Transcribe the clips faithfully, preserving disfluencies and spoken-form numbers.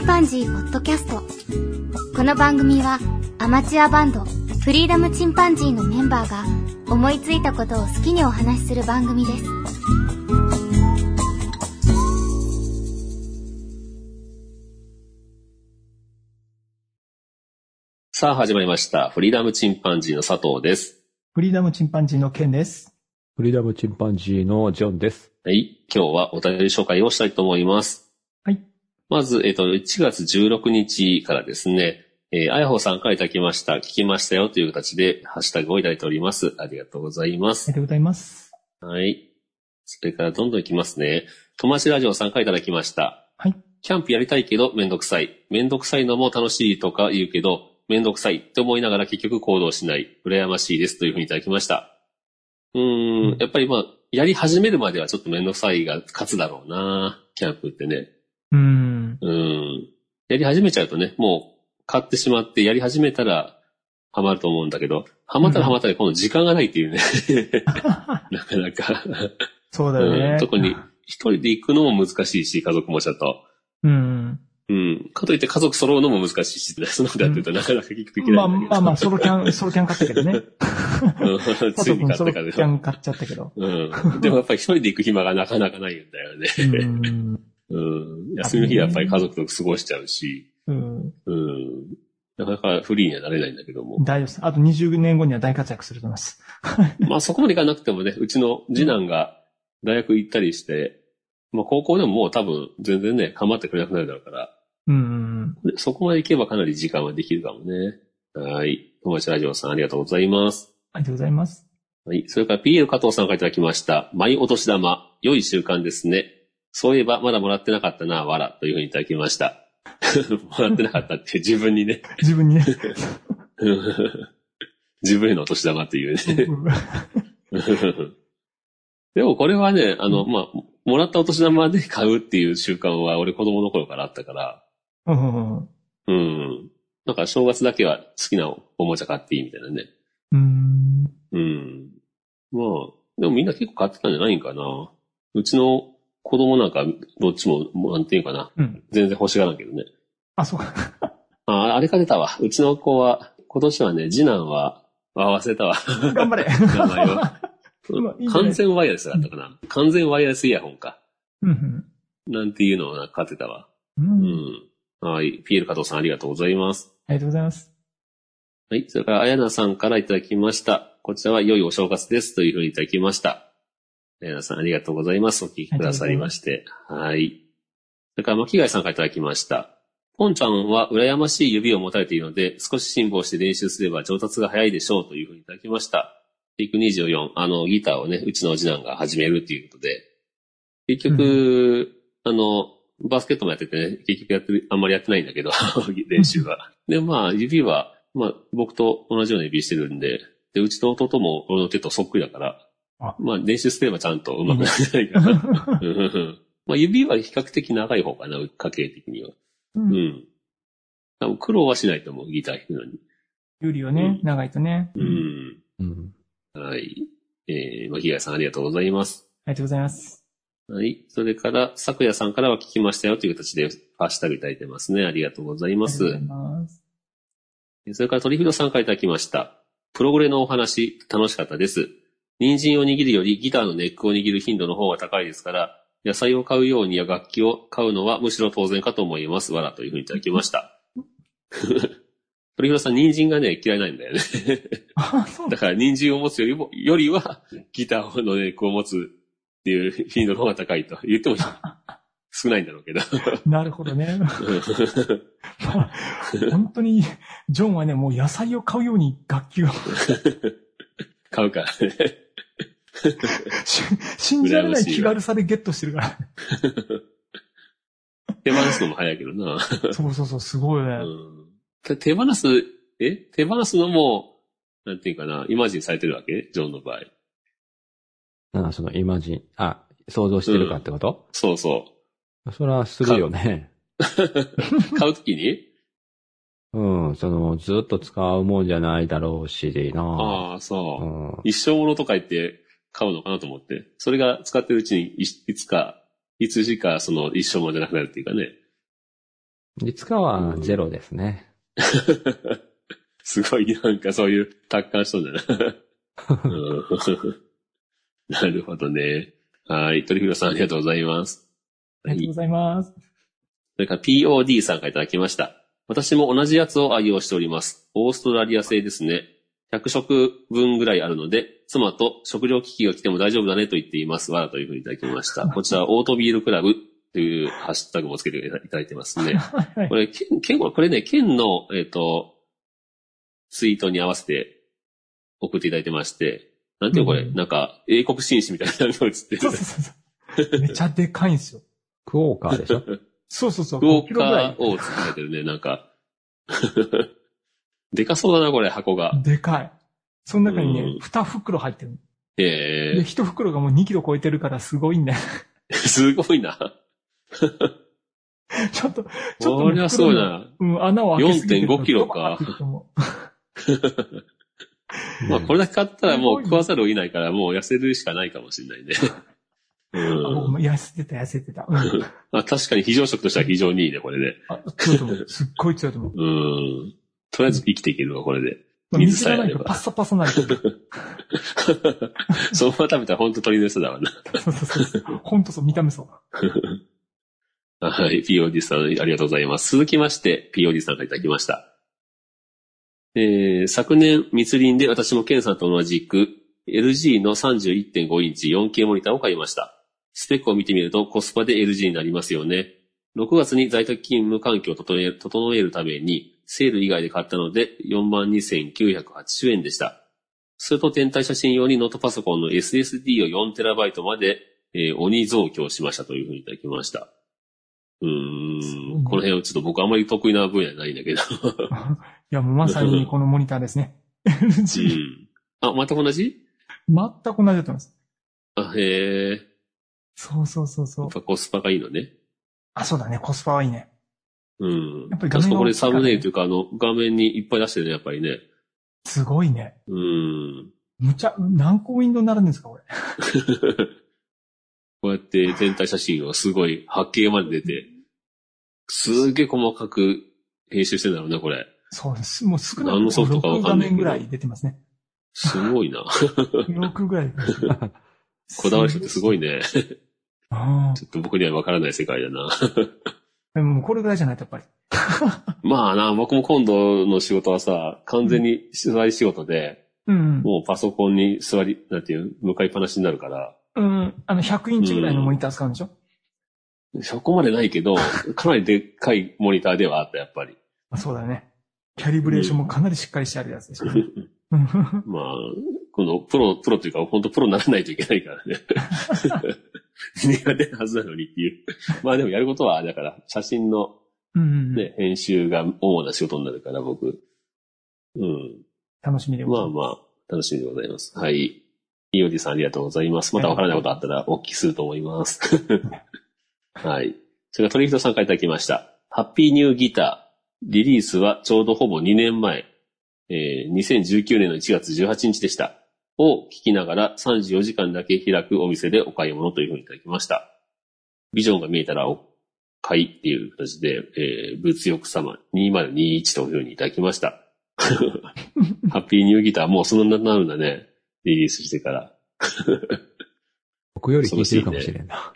パンジーポッドキャスト。この番組はアマチュアバンドフリーダムチンパンジーのメンバーが思いついたことを好きにお話しする番組です。 さあ始まりました。フリーダムチンパンジーの佐藤です。 フリーダムチンパンジーのケンです。 フリーダムチンパンジーのジョンです。 はい。今日はお便り紹介をしたいと思います。 はい。 まず、えっと、いちがつじゅうろくにちからですね、えー、あやほさんからいただきました。聞きましたよという形で、ハッシュタグをいただいております。ありがとうございます。 ありがとうございます。 はい。それからどんどんいきますね。友達ラジオさんからいただきました。 はい。 キャンプやりたいけどめんどくさい。めんどくさいのも楽しいとか言うけど、めんどくさいって思いながら結局行動しない。羨ましいですというふうにいただきました。うーん、うん、やっぱりまあ、やり始めるまではちょっとめんどくさいが勝つだろうな。キャンプってね。 うーん。 うん。やり始めちゃうとね、もう買ってしまってやり始めたらハマると思うんだけど、ハマったらハマったら今度時間がないっていうね。なかなか。 そうだよね。 うん、特に一人で行くのも難しいし、家族持ちだと。 うん。 うん。かといって家族揃うのも難しいし、そのことやってるとなかなか結局できないんだけど。 まあまあまあ、ソロキャン、ソロキャン買ったけどね。 ついに買ったからね。 ソロキャン買っちゃったけど。 うん。でもやっぱり一人で行く暇がなかなかないんだよね。うんうん、休みの日はやっぱり家族と過ごしちゃうし、うん、うん、なかなかフリーにはなれないんだけども。 大丈夫です。あとにじゅうねんごには大活躍すると思います。 まあそこまでいかなくてもね、うちの次男が大学行ったりして、まあ高校でももう多分全然ね、構ってくれなくなるだろうから、 うんうん、 そこまで行けばかなり時間はできるかもね。はい。友達ラジオさんありがとうございます。 ありがとうございます。 はい。それから ピーエル 加藤さんからいただきました。マイお年玉、良い習慣ですね。そういえばまだもらってなかったな、わら、というふうにいただきました。もらってなかったって自分にね。 自分にね。 自分へのお年玉っていうね。でもこれはね、あの、まあ、もらったお年玉で買うっていう習慣は俺子供の頃からあったから。うん。うん。なんか正月だけは好きなおもちゃ買っていいみたいなね。 うん。 うん。まあ、でもみんな結構買ってたんじゃないんかな。うちの子供なんかどっちも、なんていうかな。うん、全然欲しがらんけどね。 あ、そう。 あ、あれか出たわ。うちの子は、今年はね、次男は、あ、忘れたわ。 頑張れ。 名前は。完全ワイヤレスだったかな。うん、完全ワイヤレスイヤホンか。うん、なんていうのを買ってたわ。うん。うん、はい。ピエール加藤さんありがとうございます。 ありがとうございます。 はい。それから、あやなさんからいただきました。こちらは良いお正月ですというふうにいただきました。皆さんありがとうございます。お聞きくださりまして。はい。それから、巻貝さんからいただきました。ポンちゃんは羨ましい指を持たれているので、少し辛抱して練習すれば上達が早いでしょうというふうにいただきました。テイクにじゅうよん、あの、ギターをね、うちの次男が始めるっていうことで、結局、うん、あの、バスケットもやっててね、結局やってる、あんまりやってないんだけど、練習は。で、まあ、指は、まあ、僕と同じような指してるんで、で、うちの弟も俺の手とそっくりだから、あまあ、練習すればちゃんと上手くなってないかな。まあ、指は比較的長い方かな、家系的には。うん。うん、多分苦労はしないと思う、ギター弾くのに。 指はね、うん、長いとね。 うん。うん、はい。えー、巻貝さんありがとうございます。 ありがとうございます。 はい。それから、咲夜さんからは聞きましたよという形で、ハッシュタグいただいてますね。ありがとうございます。ありがとうございます。それから、鳥広さんからいただきました。プログレのお話、楽しかったです。人参を握るよりギターのネックを握る頻度の方が高いですから、野菜を買うようにや楽器を買うのはむしろ当然かと思います。わらというふうにいただきました。鳥広さん、人参がね、嫌いなんだよね。 あ、そうだから人参を持つよりも、よりはギターのネックを持つっていう頻度の方が高いと言っても少ないんだろうけど。 なるほどね。まあ、本当に、ジョンはね、もう野菜を買うように楽器を買うからね。 信じられない気軽さでゲットしてるから。 手放すのも早いけどな。 そうそうそう、すごいね。 うん、手放す、え手放すのも、なんていうかな、イマジンされてるわけジョンの場合。 ああ、そのイマジン、あ、想像してるかってこと、うん、 そうそう。 それはするよね。 買うときにうん、その、ずっと使うもんじゃないだろうしな。 ああ、そう、うん。一生ものとか言って買うのかなと思って。それが使ってるうちにい、いつか、いつしかその一生ものじゃなくなるっていうかね。 実家はゼロですね。 すごいなんかそういう達観しそうだな。うん、なるほどね。はい。鳥広さんありがとうございます。 ありがとうございます。 それから ピーオーディー さんからいただきました。私も同じやつを愛用しております。オーストラリア製ですね。ひゃく食分ぐらいあるので、妻と食料危機が来ても大丈夫だねと言っています。わらというふうにいただきました。こちら、オートビールクラブというハッシュタグもつけていただいてますね。これ、県、これね、県の、えっと、ツイートに合わせて送っていただいてまして、なんていうのこれ、うん、なんか、英国紳士みたいなのが映ってる。 そうそうそう。めちゃでかいんですよ。 クォーカーでしょそうそうそう。 クォーカーオーツって書いてるね、なんか。でかそうだな、これ、箱が。 でかい。その中にね、に袋入ってる。 へえ。 で、いち袋がもうにキロ超えてるからすごいんだよ。 すごいな。 ちょっと、ちょっと、 これはすごいな。 うん、穴を開けすぎてる。 よんてんごキロか。まあ、これだけ買ったらもう食わざるを得ないから、もう痩せるしかないかもしれないね。 うん、あ僕も痩せてた、痩せてた。うん、 あ確かに非常食としては非常にいいね、これね。 あ、強いと思う。すっごい強いと思う。 うん。とりあえず生きていけるわ、これで。 水さえあれば。水がないとパッサパサないと。 そのまま食べたらほんと鳥の餌だわな。 そうそうそう。ほんとそう、見た目そう。 はい、ピーオーディー さんありがとうございます。続きまして、ピーオーディー さんからいただきました。えー、昨年、密林で私もケンさんと同じく、エルジー の さんじゅういってんご インチ よんケー モニターを買いました。スペックを見てみるとコスパで エルジー になりますよね。ろくがつに在宅勤務環境を整え、整えるために、セール以外で買ったので よんまんにせんきゅうひゃくはちじゅうえんでした。それと天体写真用にノートパソコンの エスエスディー を よんテラバイト まで、えー、鬼増強しましたというふうにいただきました。うーん、この辺はちょっと僕あんまり得意な分野じゃないんだけど。いや、もうまさにこのモニターですね。エルジー。 うん、あ、全く同じ？ 全く同じだと思います。 あ、へえ。 そうそうそうそう。 やっぱコスパがいいのね。 あ、そうだね。コスパはいいね。 うん。 やっぱり画面がこれサムネイルというか、あの、画面にいっぱい出してるね、やっぱりね。 すごいね。 うん。 むちゃ、何個ウィンドウになるんですか、これ。 こうやって全体写真をすごい八景まで出て、すげえ細かく編集してんだろうね、これ。 そうです。もう少なくとも何のソフトかわかんないけど。 ろく画面ぐらい出てますね。 すごいな。 ろくぐらい。 こだわり人ってすごいね。 あちょっと僕にはわからない世界だな。 でもこれぐらいじゃないとやっぱり。 まあな、僕も今度の仕事はさ、完全に座り仕事で、 うん、 もうパソコンに座り、なんていう、向かいっぱなしになるから。 うん、あのひゃくインチぐらいのモニター使うんでしょ、 うん、そこまでないけど、かなりでっかいモニターではあった、やっぱり。 そうだね。キャリブレーションもかなりしっかりしてあるやつでしょ、ね。 まあ、このプロ、プロというか、本当プロにならないといけないからね。苦手なはずなのにっていう。まあでもやることは、だから、写真の、ね、編集が主な仕事になるから、僕。うん。 楽しみでございます。 まあまあ、楽しみでございます。はい。いいおじさんありがとうございます。またわからないことあったらお聞きすると思います。はい。それから鳥人さんからいただきました。ハッピーニューギター。リリースはちょうどほぼにねんまえ。えー、にせんじゅうきゅうねんのいちがつじゅうはちにちでした。を聞きながらさんじゅうよじかんだけ開くお店でお買い物というふうにいただきました。ビジョンが見えたらお買いっていう形で、えー、物欲様にせんにじゅういちというふうにいただきました。ハッピーニューギターもうそんなになるんだね。リリースしてから。 僕より聞いてるかもしれんな。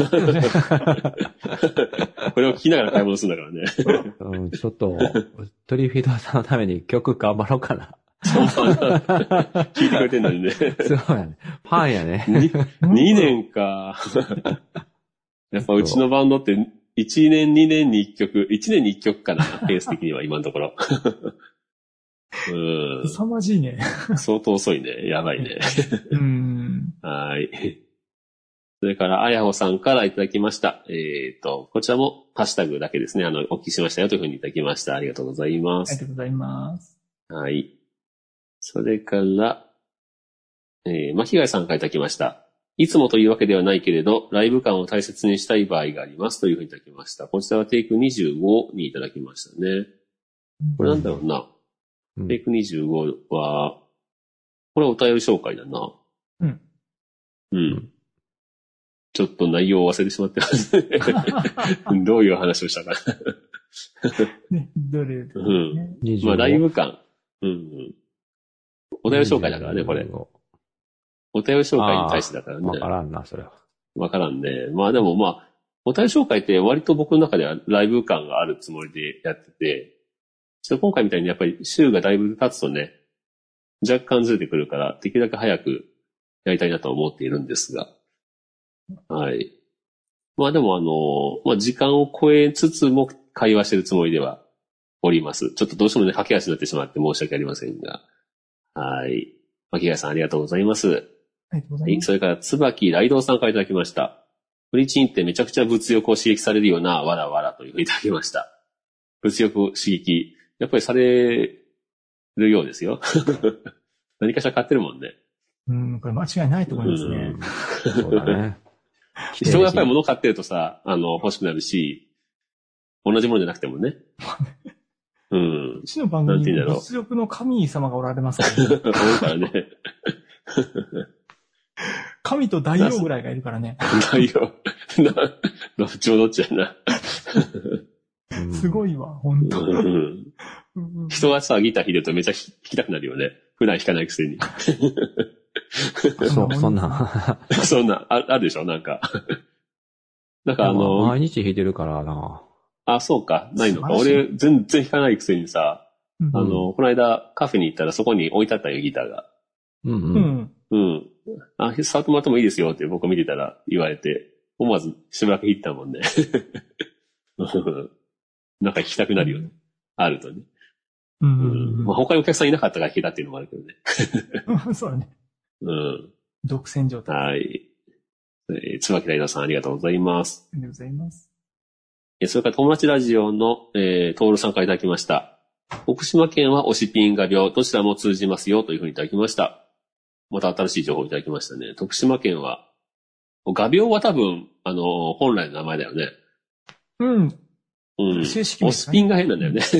これを聞きながら買い物するんだからね。 うん、ちょっと、トリフィードさんのために曲頑張ろうかな。 聞いてくれてんのにね。 そうやね。ファンやね。 にねんか。やっぱうちのバンドっていちねんにねんにいっきょく、いちねんにいっきょくかな、ペース的には今のところ。うん。 凄まじいね。 相当遅いね。やばいね。 うん。 はい。それから、あやほさんからいただきました。えっと、こちらもハッシュタグだけですね。あの、お聞きしましたよというふうにいただきました。ありがとうございます。 ありがとうございます。 はい。それから、えー、まひがいさんからいただきました。いつもというわけではないけれど、ライブ感を大切にしたい場合がありますというふうにいただきました。こちらはテイクにじゅうごにいただきましたね。これなんだろうな。うん、テイクにじゅうごは、これはお便り紹介だな。 うん。 うん。ちょっと内容を忘れてしまってますね。どういう話をしたか。 ね、どれ、ね、 うんにじゅうごまあ、ライブ感。うんうん。お便り紹介だからね、これ。お便り紹介に対してだからね。 わからんな、それは。 わからんね。まあでもまあ、お便り紹介って割と僕の中ではライブ感があるつもりでやってて、ちょっと今回みたいにやっぱり週がだいぶ経つとね、若干ずれてくるから、できるだけ早くやりたいなと思っているんですが。はい。まあでもあの、まあ時間を超えつつも会話してるつもりではおります。ちょっとどうしてもね、駆け足になってしまって申し訳ありませんが。はい。巻貝さんありがとうございます。 ありがとうございます。 それから、椿ライドウさんからいただきました。フリチンってめちゃくちゃ物欲を刺激されるような、わらわらというふうにいただきました。物欲を刺激、やっぱりされるようですよ。何かしら買ってるもんね。 うん、これ間違いないと思いますね。 そうだね。 人がやっぱり物買ってるとさ、あの、欲しくなるし、同じものじゃなくてもね。うん。 うちの番組に物欲の神様がおられますからね。 おるからね。 神と大王ぐらいがいるからね。 大王。どっちもどっちやな。 すごいわ、ほんと。 うん人がさ、ギター弾いてるとめっちゃ弾きたくなるよね。普段弾かないくせに。 そう、そんな。 そんな、ああるでしょなんか。なんかあの、 毎日弾いてるからな。 あ、そうか。ないのか。俺、全然弾かないくせにさ、 うん、 あの、この間カフェに行ったらそこに置いてあったよ、ギターが。 うんうん。 うん。うん。あ、触ってもらってもいいですよって僕見てたら言われて、思わずしばらく弾いたもんね。なんか弾きたくなるよね。あるとね。 うん。 うん、まあ、他にお客さんいなかったから弾けたっていうのもあるけどね。 そうだね。 うん。 独占状態。 はい。えー、椿ライダーさんありがとうございます。 ありがとうございます。 えー、それから友達ラジオの、えー、トールさんからいただきました。徳島県は推しピン画鋲、どちらも通じますよというふうにいただきました。また新しい情報をいただきましたね。徳島県は、画鋲は多分、あのー、本来の名前だよね。 うん。 うん。 正式名、 ね。推しピンが変なんだよね。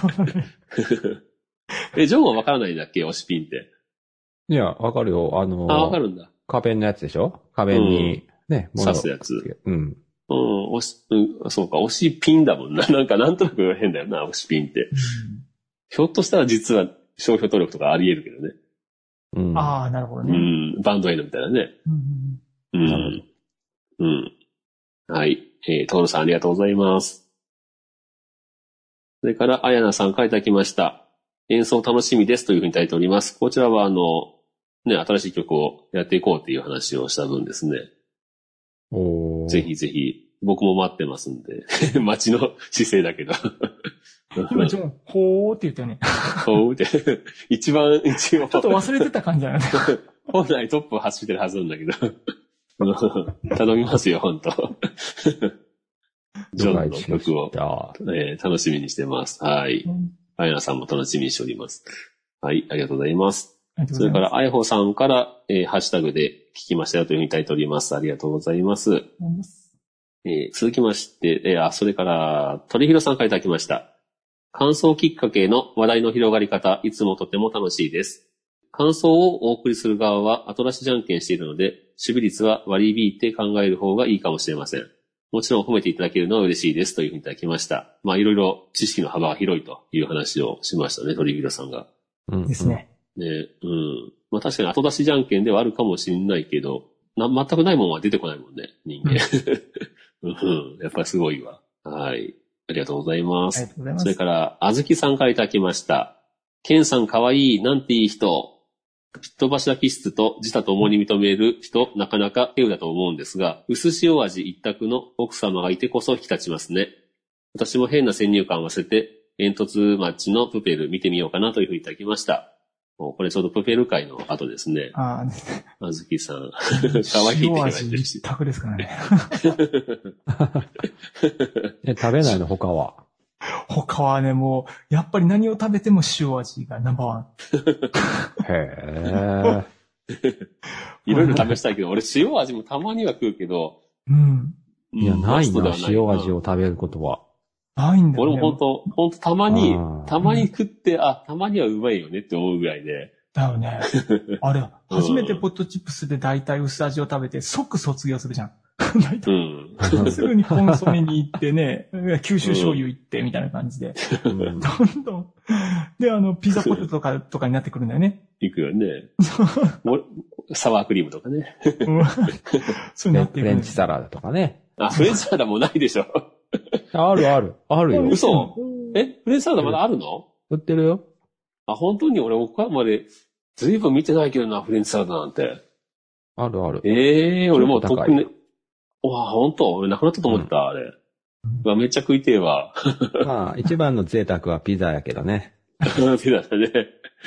え、ジョンはわからないんだっけ推しピンって。 いや、わかるよ。あのー、 あ、わかるんだ。 花弁のやつでしょ花弁に、ね、 刺すやつ。 うん。 うん、推し、うん、そうか、推しピンだもんな。なんかなんとなく変だよな、推しピンって。うん、ひょっとしたら実は商標登録とかあり得るけどね。 うん、 ああ、なるほどね。 うん、バンドエイドみたいなね。うん。うん。うん。はい。えー、トールさんありがとうございます。それから、あやなさんからいただきました。演奏楽しみですというふうにいただいております。こちらは、あの、ね、新しい曲をやっていこうという話をした分ですね。 おー。 ぜひぜひ、僕も待ってますんで。待ちの姿勢だけど。 今、ちょっと、ほーって言ったよね。 ほーって。一番、一応。 ちょっと忘れてた感じだよね。 本来トップを走ってるはずなんだけど。頼みますよ、本当ジョンの曲を、えー、楽しみにしてます。はい。あやなさんも楽しみにしております。はい、ありがとうございます。それから、あやほさんから、えー、ハッシュタグで聞きましたよというふうにいただいております。ありがとうございます。えー、続きまして、えー、あ、それから、鳥広さんからいただきました。感想きっかけの話題の広がり方、いつもとても楽しいです。感想をお送りする側は後出しじゃんけんしているので、守備率は割り引いて考える方がいいかもしれません。もちろん褒めていただけるのは嬉しいですというふうにいただきました。まあいろいろ知識の幅が広いという話をしましたね、鳥広さんが。 うん、ですね。 ね、うん。まあ確かに後出しじゃんけんではあるかもしれないけど、な全くないもんは出てこないもんね、人間。うん、やっぱりすごいわ。はい。ありがとうございます。 ありがとうございます。 それから、あずきさんからいただきました。ケンさんかわいい、なんていい人。ピット柱気質と自他ともに認める人、なかなか稀有だと思うんですが、薄塩味一択の奥様がいてこそ引き立ちますね。私も変な先入観を忘れて、煙突町のプペル見てみようかなというふうにいただきました。これちょうどプペル会の後ですね。 ああずきさん。かわいいって言われてるし。 一択ですからね。 え、食べないの他は他はね、もう、やっぱり何を食べても塩味がナンバーワン。 へえ。いろいろ試したいけど、俺塩味もたまには食うけど。 うん。 いや、ないな、塩味を食べることは。 ないんだよね。 俺も本当本当たまに、たまに食って、あ、たまにはうまいよねって思うぐらいで。 だよね。あれ、初めてポットチップスで大体薄味を食べて即卒業するじゃん。 うん。 すぐにコンソメに行ってね、九州醤油行ってみたいな感じで。 うん、 どんどん。で、あの、ピザポテトとか、とかになってくるんだよね。 行くよね。サワークリームとかね。 そうなってくる。 フレンチサラダとかね。 あ、フレンチサラダもないでしょ。 あるある。あるよ。 嘘？え、フレンチサラダまだあるの？ 売ってるよ。 あ、本当に俺、岡山で、ずいぶん見てないけどな、フレンチサラダなんて。 あるある。 ええー、俺もうとっくに、 高うわ、本当俺なくなったと思ってた、うん、あれ。うわ、めっちゃ食いてえわ。 まあ、一番の贅沢はピザやけどね。 ピザだね。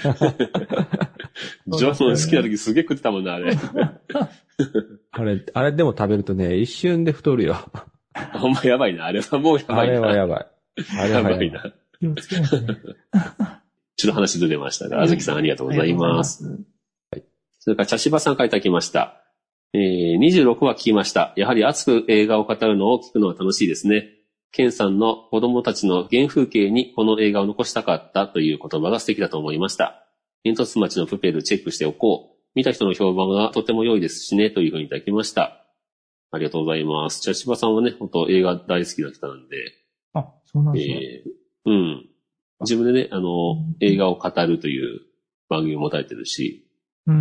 ジョン好きな時すげえ食ってたもんな、あれ。 あれ、あれでも食べるとね、一瞬で太るよ。 ほんまやばいな、あれはもうやばいな。 あれはやばい。あれはやばいな。 気をつけないとね。 ちょっと話ずれましたが、あずきさんありがとうございます。はい。それから、茶芝さんからいただきました。えー、にじゅうろくわ聞きました。やはり熱く映画を語るのを聞くのは楽しいですね。ケンさんの子供たちの原風景にこの映画を残したかったという言葉が素敵だと思いました。煙突町のプペルチェックしておこう。見た人の評判がとても良いですしね、というふうにいただきました。ありがとうございます。茶芝さんはね、本当映画大好きな人なんで。 あ、そうなんですね。 えー、うん。自分でね、あの、映画を語るという番組を持たれてるし。 うん。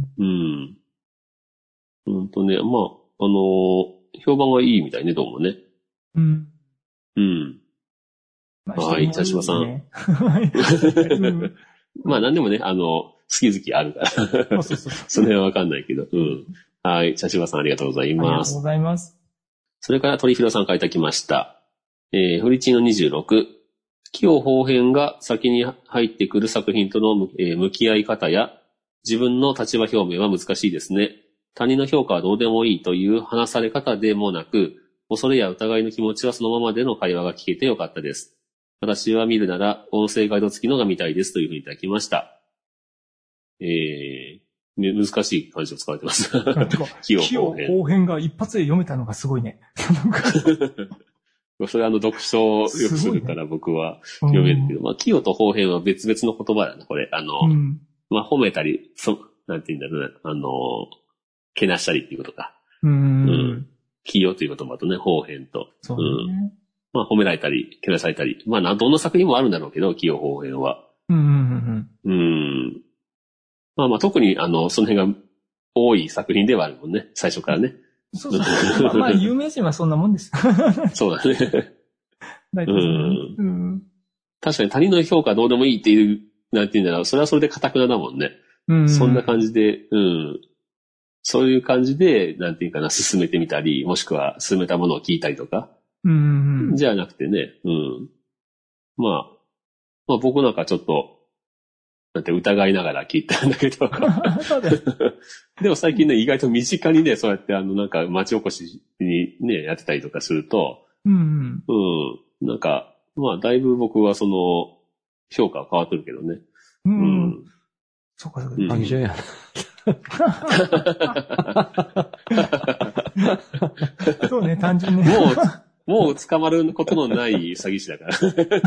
うん。うんとね、まあ、あの、評判はいいみたいね、どうもね。 うん。 うん。 まあ、 はい、茶芝さん。まあ、なんでもね、あの、好き好きあるから。そうそうそう。その辺はわかんないけど。うん。はい、茶芝さんありがとうございます。ありがとうございます。 それから鳥広さんからいただきました。えー、フリチンのにじゅうろく。器用方変が先に入ってくる作品との、えー、向き合い方や、自分の立場表明は難しいですね。他人の評価はどうでもいいという話され方でもなく、恐れや疑いの気持ちはそのままでの会話が聞けてよかったです。私は見るなら音声ガイド付きのが見たいですというふうにいただきました。えー、ね、難しい漢字を使われてます。 器用方変。方変が一発で読めたのがすごいね。 それはあの読書をよくするから僕は読めるけど、ね、まあ、器用と方変は別々の言葉だな、これ。あの、うん、まあ、褒めたり、そ、なんて言うんだろうね、あの、けなしたりっていうことか。 うん。うん。 器用という言葉とね、方変と。 そうね。うん。 まあ、褒められたり、けなされたり。まあ、どんな作品もあるんだろうけど、器用方変は。 うんうんうん。うん。まあまあ、特にあの、その辺が多い作品ではあるもんね、最初からね。 そうそう。まあ、まあ、有名人はそんなもんです。 そうだね。 大体、うん。 確かに他人の評価どうでもいいっていう、なんていうんだろう、それはそれで堅くなだもんね。 うん。 そんな感じで、うん。そういう感じで、なんていうかな、進めてみたり、もしくは進めたものを聞いたりとか。 うん。 じゃなくてね、うん。まあ、まあ僕なんかちょっと、なんて疑いながら聞いたんだけど。 そうです。 でも最近ね、意外と身近にね、そうやってあの、なんか町おこしにね、やってたりとかすると、 うん。 うん。なんか、まあ、だいぶ僕はその、評価は変わってるけどね。 うん。うん、そっかそっか。 あ、一緒や。 そうね、単純に。 もう、もう捕まることのない詐欺師だから。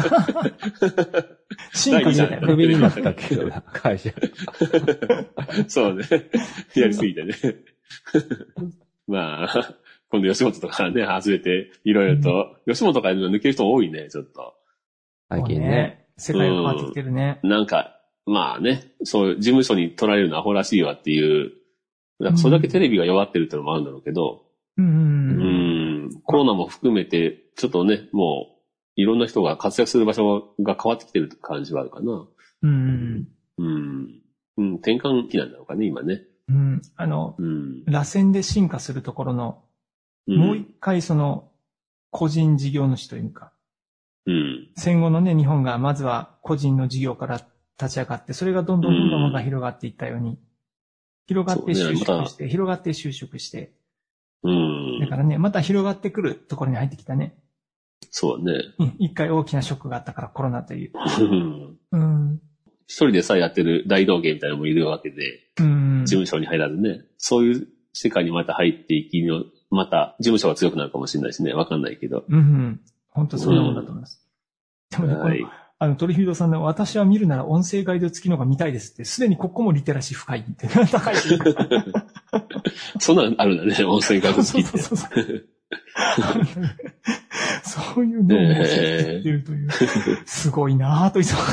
進化してたよ。 クビになったけどな、会社。 そうね。やりすぎてね。まあ、今度吉本とかね、外れて、いろいろと、うん、吉本とか抜ける人多いね、ちょっと。 最近ね。 世界が変わってきてるね、 うん。なんか、まあね、そういう事務所に取られるのアホらしいわっていう、なんかそれだけテレビが弱ってるってのもあるんだろうけど、 うん。 うん。コロナも含めて、ちょっとね、もう、いろんな人が活躍する場所が変わってきてる感じはあるかな。 うん。 うん。うん。転換期なんだろうかね、今ね。 うん。あの、うん、螺旋で進化するところの、うん、もう一回その、個人事業主というか、 うん。 戦後のね、日本がまずは個人の事業から立ち上がって、それがどんどんどんどんが広がっていったように、うん、広がって収縮して、ね、広がって収縮して、 うん。 だからね、また広がってくるところに入ってきたね。 そうね。 一回大きなショックがあったから、コロナという。 うん。一人でさえやってる大道芸みたいなのもいるわけで、 うん、 事務所に入らずね、そういう世界にまた入っていきの、また事務所が強くなるかもしれないしね、わかんないけど。 うん、うん。本当そんなもんだと思います。うん、でもね、はい、このあの、トリフィードさんの私は見るなら音声ガイド付きのが見たいですって、すでにここもリテラシー深いって、高いって。 そんなんあるんだね、音声ガイド付きって。そうそうそうそういうのを知ってるという、すごいなぁといつも。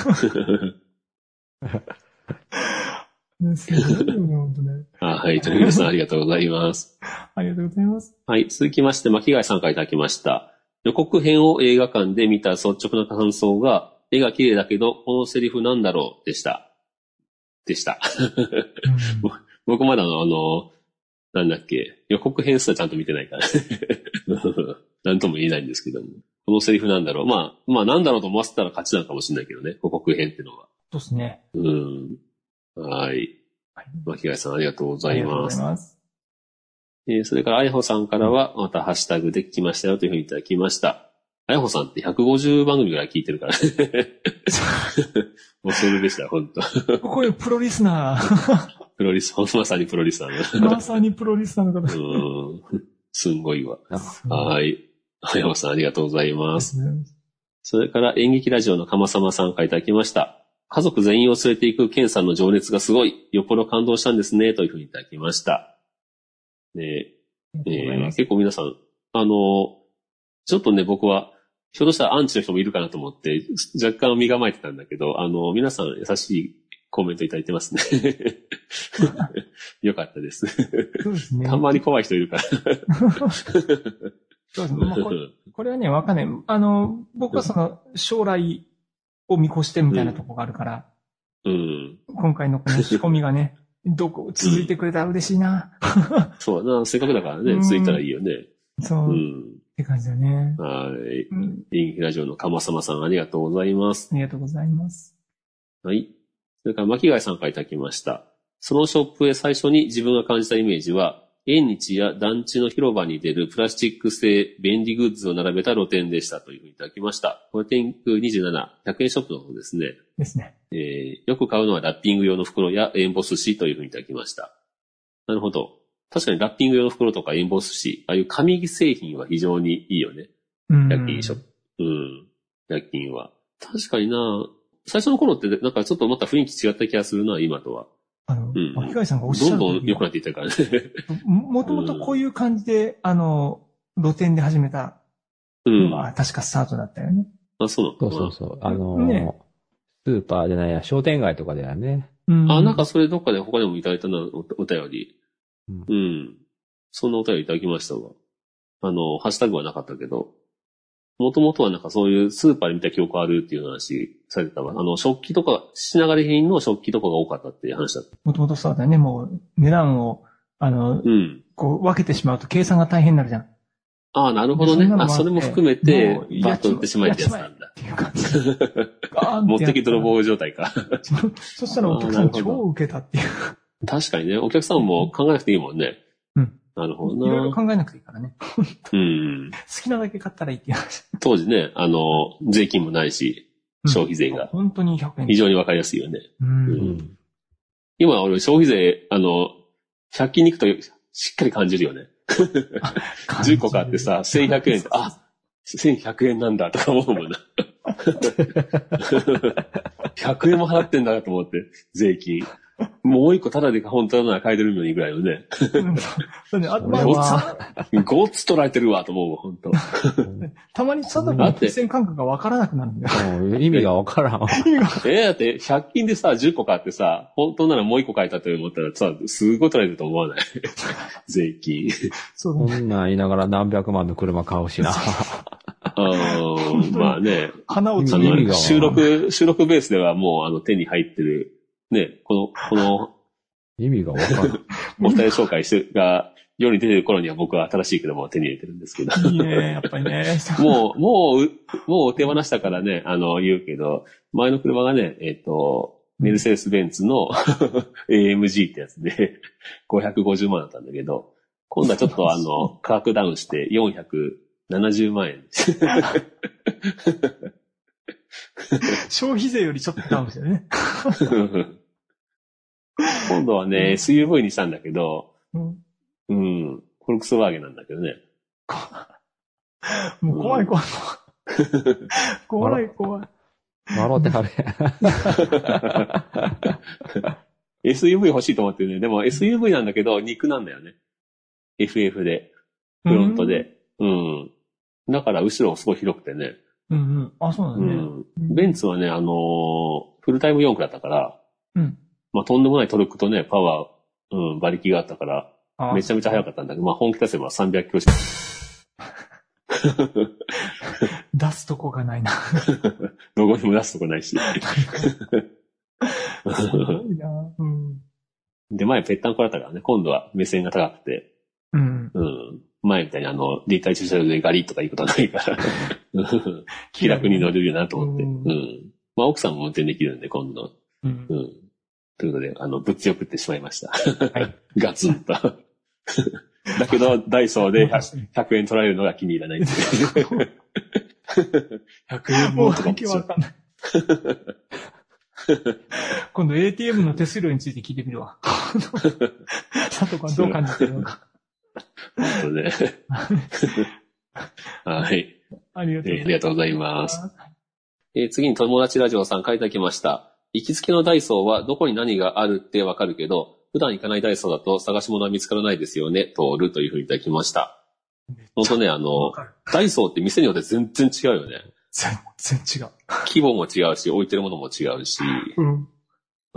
すごいよね、本当ね。 はい。という皆さんありがとうございます。 ありがとうございます。 はい。続きまして、巻貝さんからいただきました。予告編を映画館で見た率直な感想が、絵が綺麗だけど、このセリフなんだろうでした。でした。うん、僕まだあの、あの、なんだっけ、予告編すらちゃんと見てないから。なんとも言えないんですけども。このセリフなんだろう。まあ、まあなんだろうと思わせたら勝ちなのかもしれないけどね。予告編っていうのは。 そうですね。 うん。はい。巻貝さんありがとうございます。ありがとうございます。えー、それからあやほさんからは、またハッシュタグで聞きましたよというふうにいただきました。あやほさんってひゃくごじゅうばんぐみぐらい聞いてるからね。恐るべしだ、ほんと。 こういうプロリスナー。 プロリス、まさにプロリスナーまさにプロリスナーの方。 うん。すんごいわ。はい。あやほさんありがとうございます。それから演劇ラジオのかまさまさんからいただきました。家族全員を連れて行くケンさんの情熱がすごい。よっぽど感動したんですね。というふうにいただきました。ねえー、結構皆さん、あの、ちょっとね、僕は、ひょっとしたらアンチの人もいるかなと思って、若干身構えてたんだけど、あの、皆さん優しいコメントいただいてますね。よかったです。 そうですね。 たまに怖い人いるから。 そうですね。まあ、これ、これはね、わかんない。あの、僕はその、将来を見越してみたいなとこがあるから、 うん。 今回のこの仕込みがね、どこ、続いてくれたら嬉しいな。 そうだな、せっかくだからね、続いたらいいよね。 そう。うんって感じだね。 はい。うん、演劇ラジオのかまさまさんありがとうございます。 ありがとうございます。 はい。それから巻貝さんからいただきました。そのショップへ最初に自分が感じたイメージは、縁日や団地の広場に出るプラスチック製便利グッズを並べた露店でしたというふうにいただきました。これ天空にじゅうなな、ひゃくえんショップの方ですね。 ですね。 えー、よく買うのはラッピング用の袋やエンボス紙というふうにいただきました。なるほど。確かにラッピング用の袋とかエンボス紙、ああいう紙製品は非常にいいよね。ひゃく均ショップ。うん。ひゃく均は。確かにな、最初の頃ってなんかちょっとまた雰囲気違った気がするな、今とは。 あの、巻、うん、貝さんがおっしゃるどんどん良くなっていったからね。 もともとこういう感じで、あの、露店で始めたのが、うん、確かスタートだったよね。 あ、そうなの？ そうそうそう。あのーね、スーパーじゃないや、商店街とかではね。 うん、あ、なんかそれどっかで他でもいただいたな、お, お便り。うん、うん。そんなお便りいただきましたわ。あの、ハッシュタグはなかったけど、もともとはなんかそういうスーパーで見た記憶あるっていう話されてたわ。あの、食器とか、品流れ品の食器とかが多かったっていう話だった。 もともとそうだね。もう、値段を、あの、うん。こう、分けてしまうと計算が大変になるじゃん。 ああ、なるほどね。あ、それも含めて、バッと売ってしまえってやつなんだ。っていう感じ。持ってき泥棒状態か。 そしたらお客さん超受けたっていう。 確かにね。お客さんも考えなくていいもんね。 うん。 なるほどな。 いろいろ考えなくていいからね。 うん。 好きなだけ買ったらいいっていう話。 当時ね、あの、税金もないし、消費税が。 うん、本当にひゃくえん。 非常にわかりやすいよね。 うん。うん、 今俺消費税、あの、ひゃく均に行くとしっかり感じるよね。じゅっこ買ってさ、せんひゃくえんって、あ、せんひゃくえんなんだとか思うもんな。ひゃくえんも払ってんだと思って、税金。もう一個タダで本当なら買えてるのにぐらいのね。ごつ取られてるわと思うわ、本当。 たまにただの金銭感覚がわからなくなるんだよ。意味がわからん。 えー、だってひゃく均でさ、じゅっこ買ってさ、本当ならもう一個買えたと思ったらさ、すごい取られてると思わない税金。 そうね。そんなん言いながら何百万の車買うしな。 あまあね。 花をつむ収録、収録ベースではもうあの手に入ってる。ね、この、この、 意味がわかる。 お二人紹介してが、世に出てる頃には僕は新しい車を手に入れてるんですけど。 いいね、やっぱりね。 もう、もう、もう手放したからね、あの、言うけど、前の車がね、えっと、メルセデス・ベンツの エーエムジー ってやつで、ごひゃくごじゅうまんだったんだけど、今度はちょっとあの、価格ダウンしてよんひゃくななじゅうまんえん。 消費税よりちょっとダウンしてるね。 今度はね、エスユーブイ にしたんだけど、うん、うん、フォルクスワーゲンなんだけどね。 もう怖い怖い怖い。怖い怖い。 笑ってはれ。 エスユーブイ 欲しいと思ってね。でも エスユーブイ なんだけど、肉なんだよね。エフエフ で。フロントで。 うん。だから後ろすごい広くてね。 うんうん。あ、そうなんだね。 うん。ベンツはね、あのー、フルタイムよん区だったから、 うん。 まあ、とんでもないトルクとね、パワー、うん、馬力があったから、めちゃめちゃ速かったんだけど、まあ、本気出せばさんびゃくキロしか。 出すとこがないな。 どこにも出すとこないし。 すごいな。うん。 で、前ぺったんこだったからね、今度は目線が高くて、 うん。 うん。前みたいにあの、立体駐車場でガリッとかいうことはないから、気楽に乗れるよなと思って。うん。うん、まあ、奥さんも運転できるんで、今度。 うん。 うん。ということで、あの、ぶっ強くってしまいました。 はい。 ガツンと。だけど、ダイソーでひゃくえん取られるのが気に入らないっていう。ひゃくえんもうわけわかんない。今度 エーティーエム の手数料について聞いてみるわ。佐藤君はどう感じてるのか。 そうね。はい。 ありがとうございます。 えー、ありがとうございます。えー、次に友達ラジオさんからいただきました。行きつけのダイソーはどこに何があるってわかるけど、普段行かないダイソーだと探し物は見つからないですよね、通るというふうにいただきました。本当ね、あの、ダイソーって店によって全然違うよね。 全然違う。 規模も違うし、置いてるものも違うし。うん。うん、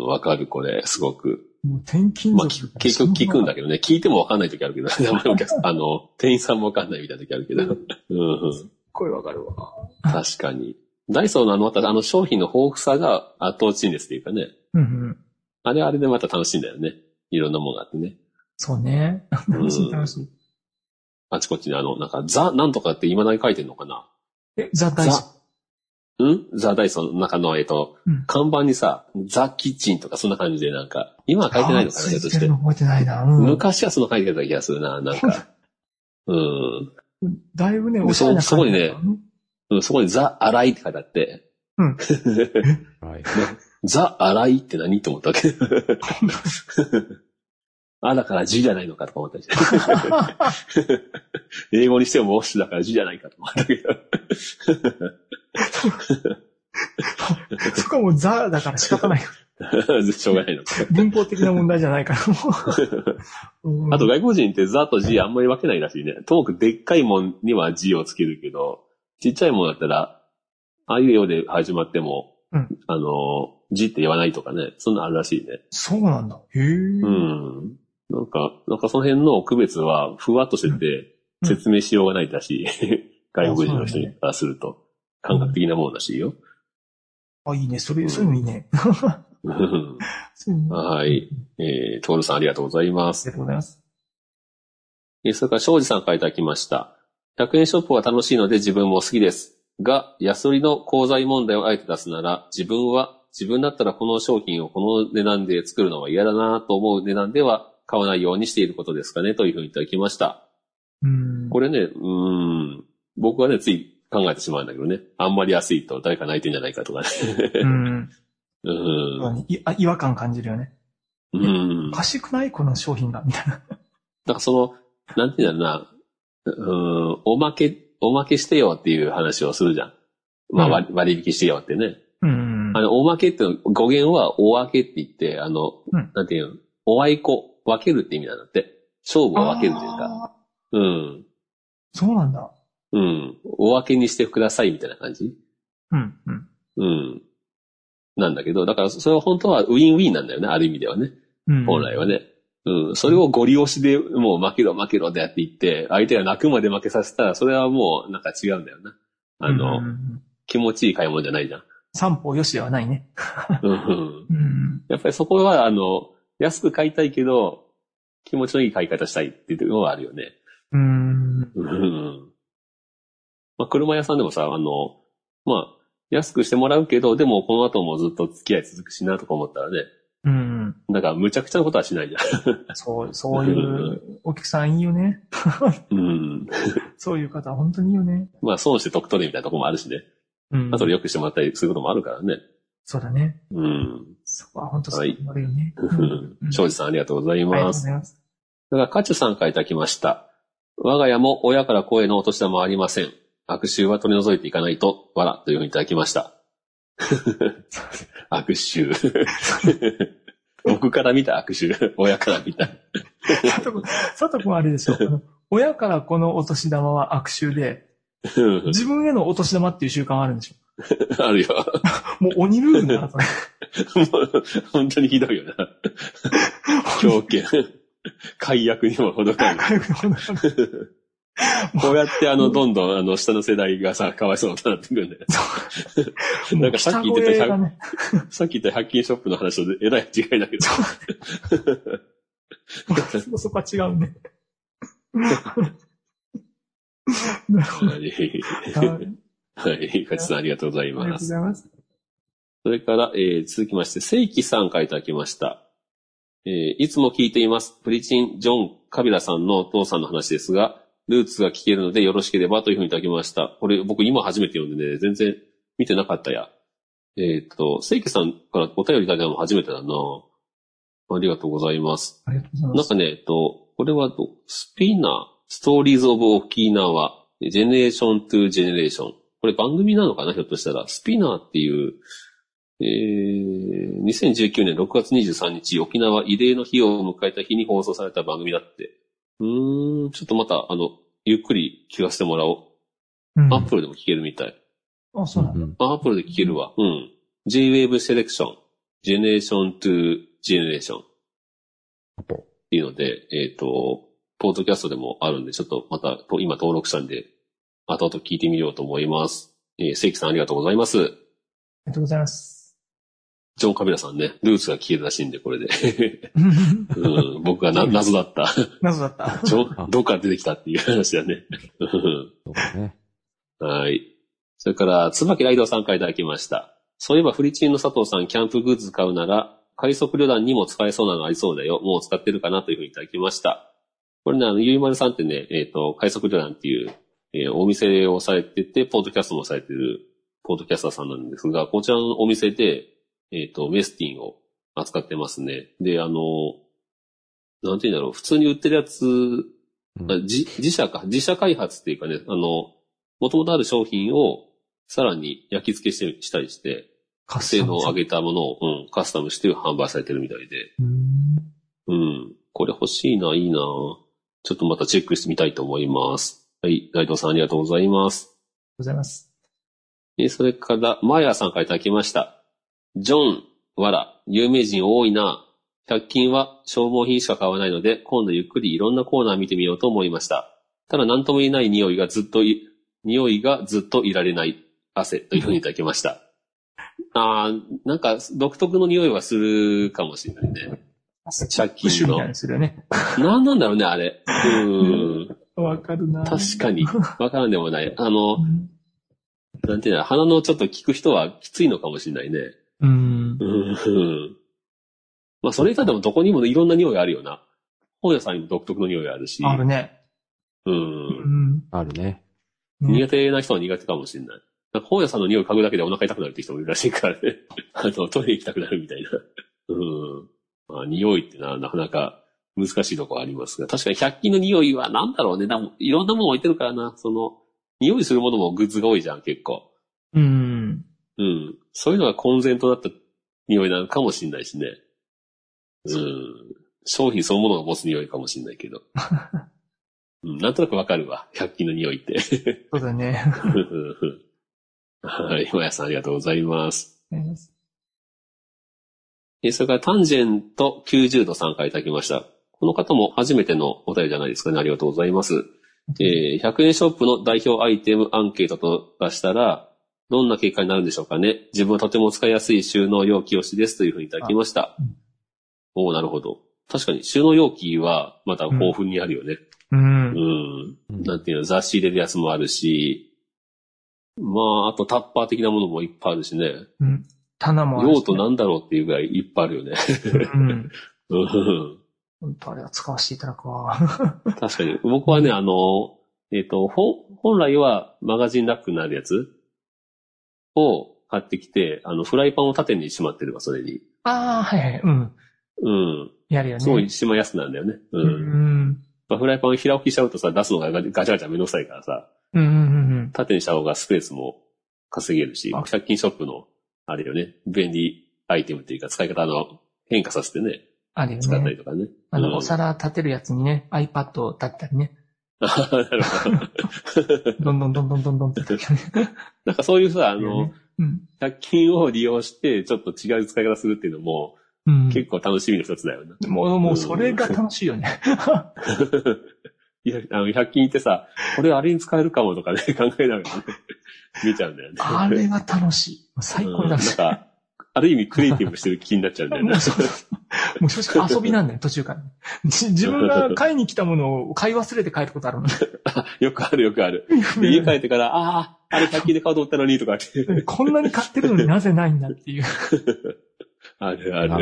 わかる、これ、すごく。 もう転勤族、 まあ、結局聞くんだけどね、聞いてもわかんない時あるけど、あの、店員さんもわかんないみたいな時あるけど。うん。 すっごいわかるわ。 確かに。ダイソーのあの、またあの商品の豊富さが圧倒しいんですっていうかね。 うんうん。 あれあれでまた楽しいんだよね。いろんなものがあってね。 そうね。楽しい楽しい。 あちこちにあの、なんか、ザなんとかって今何書いてんのかな？ え、ザダイソー。うんザダイソーの中の、えっと、うん、看板にさ、ザキッチンとかそんな感じでなんか、今は書いてないのかな、 ちょっとして。覚えてないな、うん。 昔はその書いてた気がするな、なんか。うん。 だいぶね、おしゃれな感じ、ね。 そこにね、うん、そこにザ・アライって書いてあって。 うん。 ザ・アライって何って思ったわけ。あ、だから字じゃないのかとか思ったりして。英語にしてもオスだから字じゃないかと思ったけど。 そこはもうザだから仕方ない。 しょうがないのか。 文法的な問題じゃないから。 うん、あと外国人ってザと字あんまり分けないらしいね。ともかくでっかいもんには字をつけるけど、ちっちゃいもんだったら、ああいうようで始まっても、うん、あの、字って言わないとかね、そんなあるらしいね。 そうなんだ。へぇー。 うん。なんか、なんかその辺の区別はふわっとしてて、説明しようがないらしい。うん、外国人の人からすると。感覚的なものらしいよ。 あ、いいね。それ、うん、そういうのいいね。 はい。えー、トールさんありがとうございます。 ありがとうございます。 えー、それから庄司さんからいただきました。ひゃくえんショップは楽しいので自分も好きです。が、安売りの功罪問題をあえて出すなら、自分は、自分だったらこの商品をこの値段で作るのは嫌だなと思う値段では買わないようにしていることですかね、というふうにいただきました。 うんこれね、うーん、僕はね、つい考えてしまうんだけどね。あんまり安いと誰か泣いてんじゃないかとかね。 うんうん、 いあ違和感感じるよね。 うん。 おかしくないこの商品がみたいな。 だからその、なんていうんだろうな、うん、おまけ、おまけしてよっていう話をするじゃん。まあ、割、うん、割引してよってね。 うん。 あの、おまけっての、語源はお分けって言って、あの、うん、なんていうの、おあいこ、分けるって意味なんだって。勝負を分けるというか。うん。 そうなんだ。 うん。お分けにしてくださいみたいな感じ。 うん、うん。 うん。なんだけど、だからそれは本当はウィンウィンなんだよね、ある意味ではね。うん、本来はね。うん。それをゴリ押しでもう負けろ負けろでやっていって、相手が泣くまで負けさせたら、それはもうなんか違うんだよな。あの、うん、気持ちいい買い物じゃないじゃん。 三方よしではないね。 うん、うん。やっぱりそこは、あの、安く買いたいけど、気持ちのいい買い方したいっていうのはあるよね。 うん。 うん。まあ、車屋さんでもさ、あの、まあ、安くしてもらうけど、でもこの後もずっと付き合い続くしなとか思ったらね。 うん。 なんか、むちゃくちゃなことはしないじゃん。 そう、そういうお客さんいいよね。 うん。 そういう方は本当にいいよね。 まあ、損して得取れみたいなとこもあるしね。うん。あとで良くしてもらったりすることもあるからね。 そうだね。 うん。 そこは本当そういうのあるよね。 はい。庄司さんありがとうございます。ありがとうございます。 だから、カチュさんからいただきました。我が家も親から声のお年玉はありません。悪臭は取り除いていかないと、わら、というふうにいただきました。悪臭。僕から見た悪臭。親から見た。 佐藤君、佐藤君はあれでしょ。 親からこのお年玉は悪臭で、自分へのお年玉っていう習慣はあるんでしょ。 あるよ。 もう鬼ルールだな、それ。 もう本当にひどいよな。狂犬。解約にも程がある。解約にも程がある。こうやってあの、どんどんあの、下の世代がさ、かわいそうになってくるんだよ。なんかさっき言ってた、ね、さっき言ったひゃく均ショップの話とえらい違いだけど。そこは違うね。 はい。はい。かちさんありがとうございます。ありがとうございます。それから、えー、続きまして、せいきさんからいただきました。えー、いつも聞いています。プリチン・ジョン・カビラさんのお父さんの話ですが、ルーツが聞けるのでよろしければというふうにいただきました。これ僕今初めて読んでね、全然見てなかったや。えっ、ー、と、せいきさんからお便りいただいたのも初めてだな。ありがとうございます。 ありがとうございます。 なんかね、えっと、これはスピナー、ストーリーズ・オブ・沖縄、ジェネレーション・トゥ・ジェネレーション。これ番組なのかなひょっとしたら。スピナーっていう、えー、にせんじゅうきゅうねんろくがつにじゅうさんにち、沖縄慰霊の日を迎えた日に放送された番組だって。うーん、ちょっとまた、あの、ゆっくり聞かせてもらおう。うん、アップルでも聞けるみたい。 あ、そうなんだ。 アップルで聞けるわ。うん。J-Wave セレクション。ジェネレーション to ジェネレーション。っていうので、えっと、ポードキャストでもあるんで、ちょっとまた、今登録したんで、後々聞いてみようと思います。えー、関さんありがとうございます。ありがとうございます。 ジョン・カビラさんね、ルーツが聞けるらしいんで、これで。うん、僕がな謎だった。 謎だった。 どっから出てきたっていう話だね。 そうね。 はい。それから、椿ライドさんからいただきました。そういえばフリチンの佐藤さん、キャンプグッズ買うなら、快速旅団にも使えそうなのありそうだよ。もう使ってるかなというふうにいただきました。これね、あの、ゆいまるさんってね、えっと、快速旅団っていう、えー、お店をされてて、ポッドキャストもされてる、ポッドキャスターさんなんですが、こちらのお店で、えっと、メスティンを扱ってますね。で、あの、なんていうんだろう、普通に売ってるやつ、うん、自, 自社か、自社開発っていうかね、あの、もともとある商品をさらに焼き付けしてしたりして、性能を上げたものを、うん、カスタムして販売されてるみたいで。うん。うん。これ欲しいな、いいな。ちょっとまたチェックしてみたいと思います。はい。ライトさんありがとうございます。 ありがとうございます。 え、それから、マヤさんからいただきました。ジョン、わら、有名人多いな。ひゃく均は消耗品しか買わないので、今度ゆっくりいろんなコーナー見てみようと思いました。ただ何とも言えない匂いがずっとい、匂いがずっといられない汗というふうにいただきました。ああ、なんか独特の匂いはするかもしれないね。 ひゃく均の。みたいにするよね。 なんなんだろうね、あれ。うん。 わかるな。 確かに。わからんでもない。あの、うん、なんていうの、鼻のちょっと効く人はきついのかもしれないね。 うん。 うん。まあ、それ言ったらでもどこにもいろんな匂いあるよな。本屋さんにも独特の匂いあるし。 あるね。 うん。うん、 あるね。 苦手な人は苦手かもしれない。なんか本屋さんの匂い嗅ぐだけでお腹痛くなるって人もいるらしいからね。あの、トイレ行きたくなるみたいな。うん。まあ、匂いってな、なかなか難しいところありますが。確かにひゃく均の匂いはなんだろうね。でもいろんなもの置いてるからな。その、匂いするものもグッズが多いじゃん、結構。 うん。 うん。そういうのが混然となった匂いなのかもしれないしね。うん。商品そのものが持つ匂いかもしれないけど。うん、なんとなくわかるわ。ひゃく均の匂いって。 そうだね。 はい。今やさんありがとうございます。え、それからタンジェントきゅうじゅうどさんからいただきました。この方も初めてのお便りじゃないですかね。ありがとうございます。えー、ひゃくえんショップの代表アイテムアンケートと出したら、どんな結果になるんでしょうかね。自分はとても使いやすい収納容器推しですというふうにいただきました。うん、おー、なるほど。確かに収納容器はまた豊富にあるよね。 うん。 うん。なんていうの、雑誌入れるやつもあるし、まあ、あとタッパー的なものもいっぱいあるしね。 うん。棚もあるし、ね。 用途なんだろうっていうぐらいいっぱいあるよね。 うん。 うん。 本当あれは使わせていただくわ。 確かに。僕はね、あの、えっと、本来はマガジンラックになるやつを買ってきて、あの、フライパンを縦にしまってれば、それに。 ああ、はいはい。うん。 うん。 やるよね。 すごいしまいやすくなるんだよね。うん。 うんまあ、フライパンを平置きしちゃうとさ、出すのがガチャガチャめんどくさいからさ。 うんうんうん。 縦にした方がスペースも稼げるし、ひゃく均ショップの、あれよね、便利アイテムっていうか使い方の変化させてね。 あるよね。 使ったりとかね。 あの、うん、お皿立てるやつにね、iPad を立てたりね。 ああ、なるほど。 どんどんどんどんどんどんって。 なんかそういうさ、あの、 ねうん、 ひゃく均を利用して、ちょっと違う使い方するっていうのも、うん、結構楽しみの一つだよな。 もう、もうそれが楽しいよね。 いや、あの、ひゃく均ってさ、これあれに使えるかもとかね、考えながらね、見ちゃうんだよね。 あれが楽しい。最高に楽しい。 うん、なんか、ある意味クリエイティブしてる気になっちゃうんだよね。 もう正直遊びなんだよ、途中から。自分が買いに来たものを買い忘れて帰ることあるもんね。 よくあるよくある。家帰ってから、ああ、あれひゃく均で買おうと思ったのにとかって。 こんなに買ってるのになぜないんだっていう。 あるある。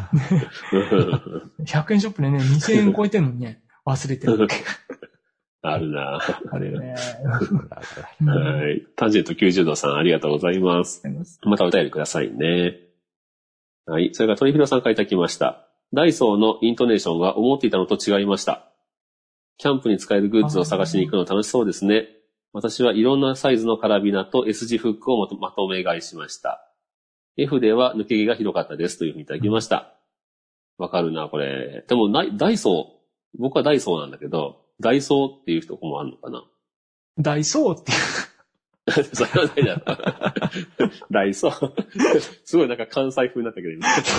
ひゃくえんショップでね、にせんえん超えてんのにね、忘れてる。 あるな。 あるよね。 はい。タンジェントきゅうじゅうどさんありがとうございます。またお便りくださいね。はい。それから鳥広さんからいただきました。ダイソーのイントネーションが思っていたのと違いました。キャンプに使えるグッズを探しに行くの楽しそうですね。私はいろんなサイズのカラビナと S 字フックをまとめ買いしました。F では抜け毛がひどかったですというふうにいただきました。わかるな、これ。でも、ダイソー、僕はダイソーなんだけど、ダイソーっていう人もあるのかな。 ダイソーっていう。 それはないだろ。ダイソー。すごいなんか関西風になったけど、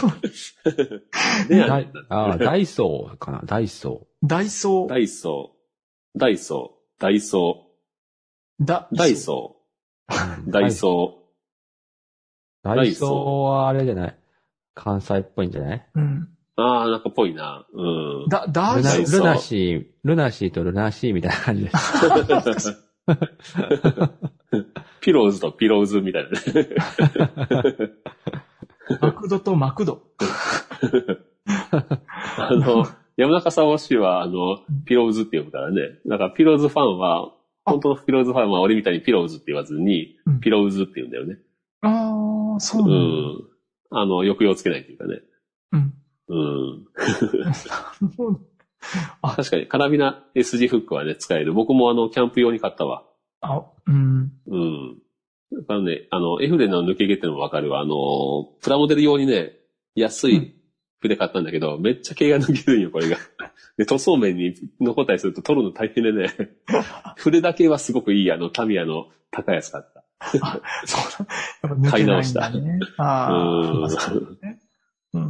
今。ね、ああ、ダイソーかな、ダイソー。ダイソー。 ダイソー。ダイソー。ダイソー。ダ、 ダイソー。ダイソー。 ダイソーはあれじゃない関西っぽいんじゃないうん。 ああ、なんかぽいな。うん。 だ、ダルナ、ルナシー、ルナシーとルナシーみたいな感じです。 ピローズとピローズみたいなね。 マクドとマクド。 あの、山中沙央氏は、あの、ピローズって呼ぶからね。なんかピローズファンは、本当のピローズファンは俺みたいにピローズって言わずに、うん、ピローズって言うんだよね。 ああ、そうなんだ。うん。 あの、抑揚つけないっていうかね。 うん。 うん。確かに、カラビナ S 字フックはね、使える。僕もあの、キャンプ用に買ったわ。 あ、うん。 うん。だからね、あの、F での抜け毛ってのもわかるわ。あの、プラモデル用にね、安い筆買ったんだけど、うん、めっちゃ毛が抜けるんよ、これが。で、塗装面に残ったりすると取るの大変でね、筆だけはすごくいい、あの、タミヤの高いやつ買った。 あ、そうだ。やっぱ抜けないんだね。ああ。 うん。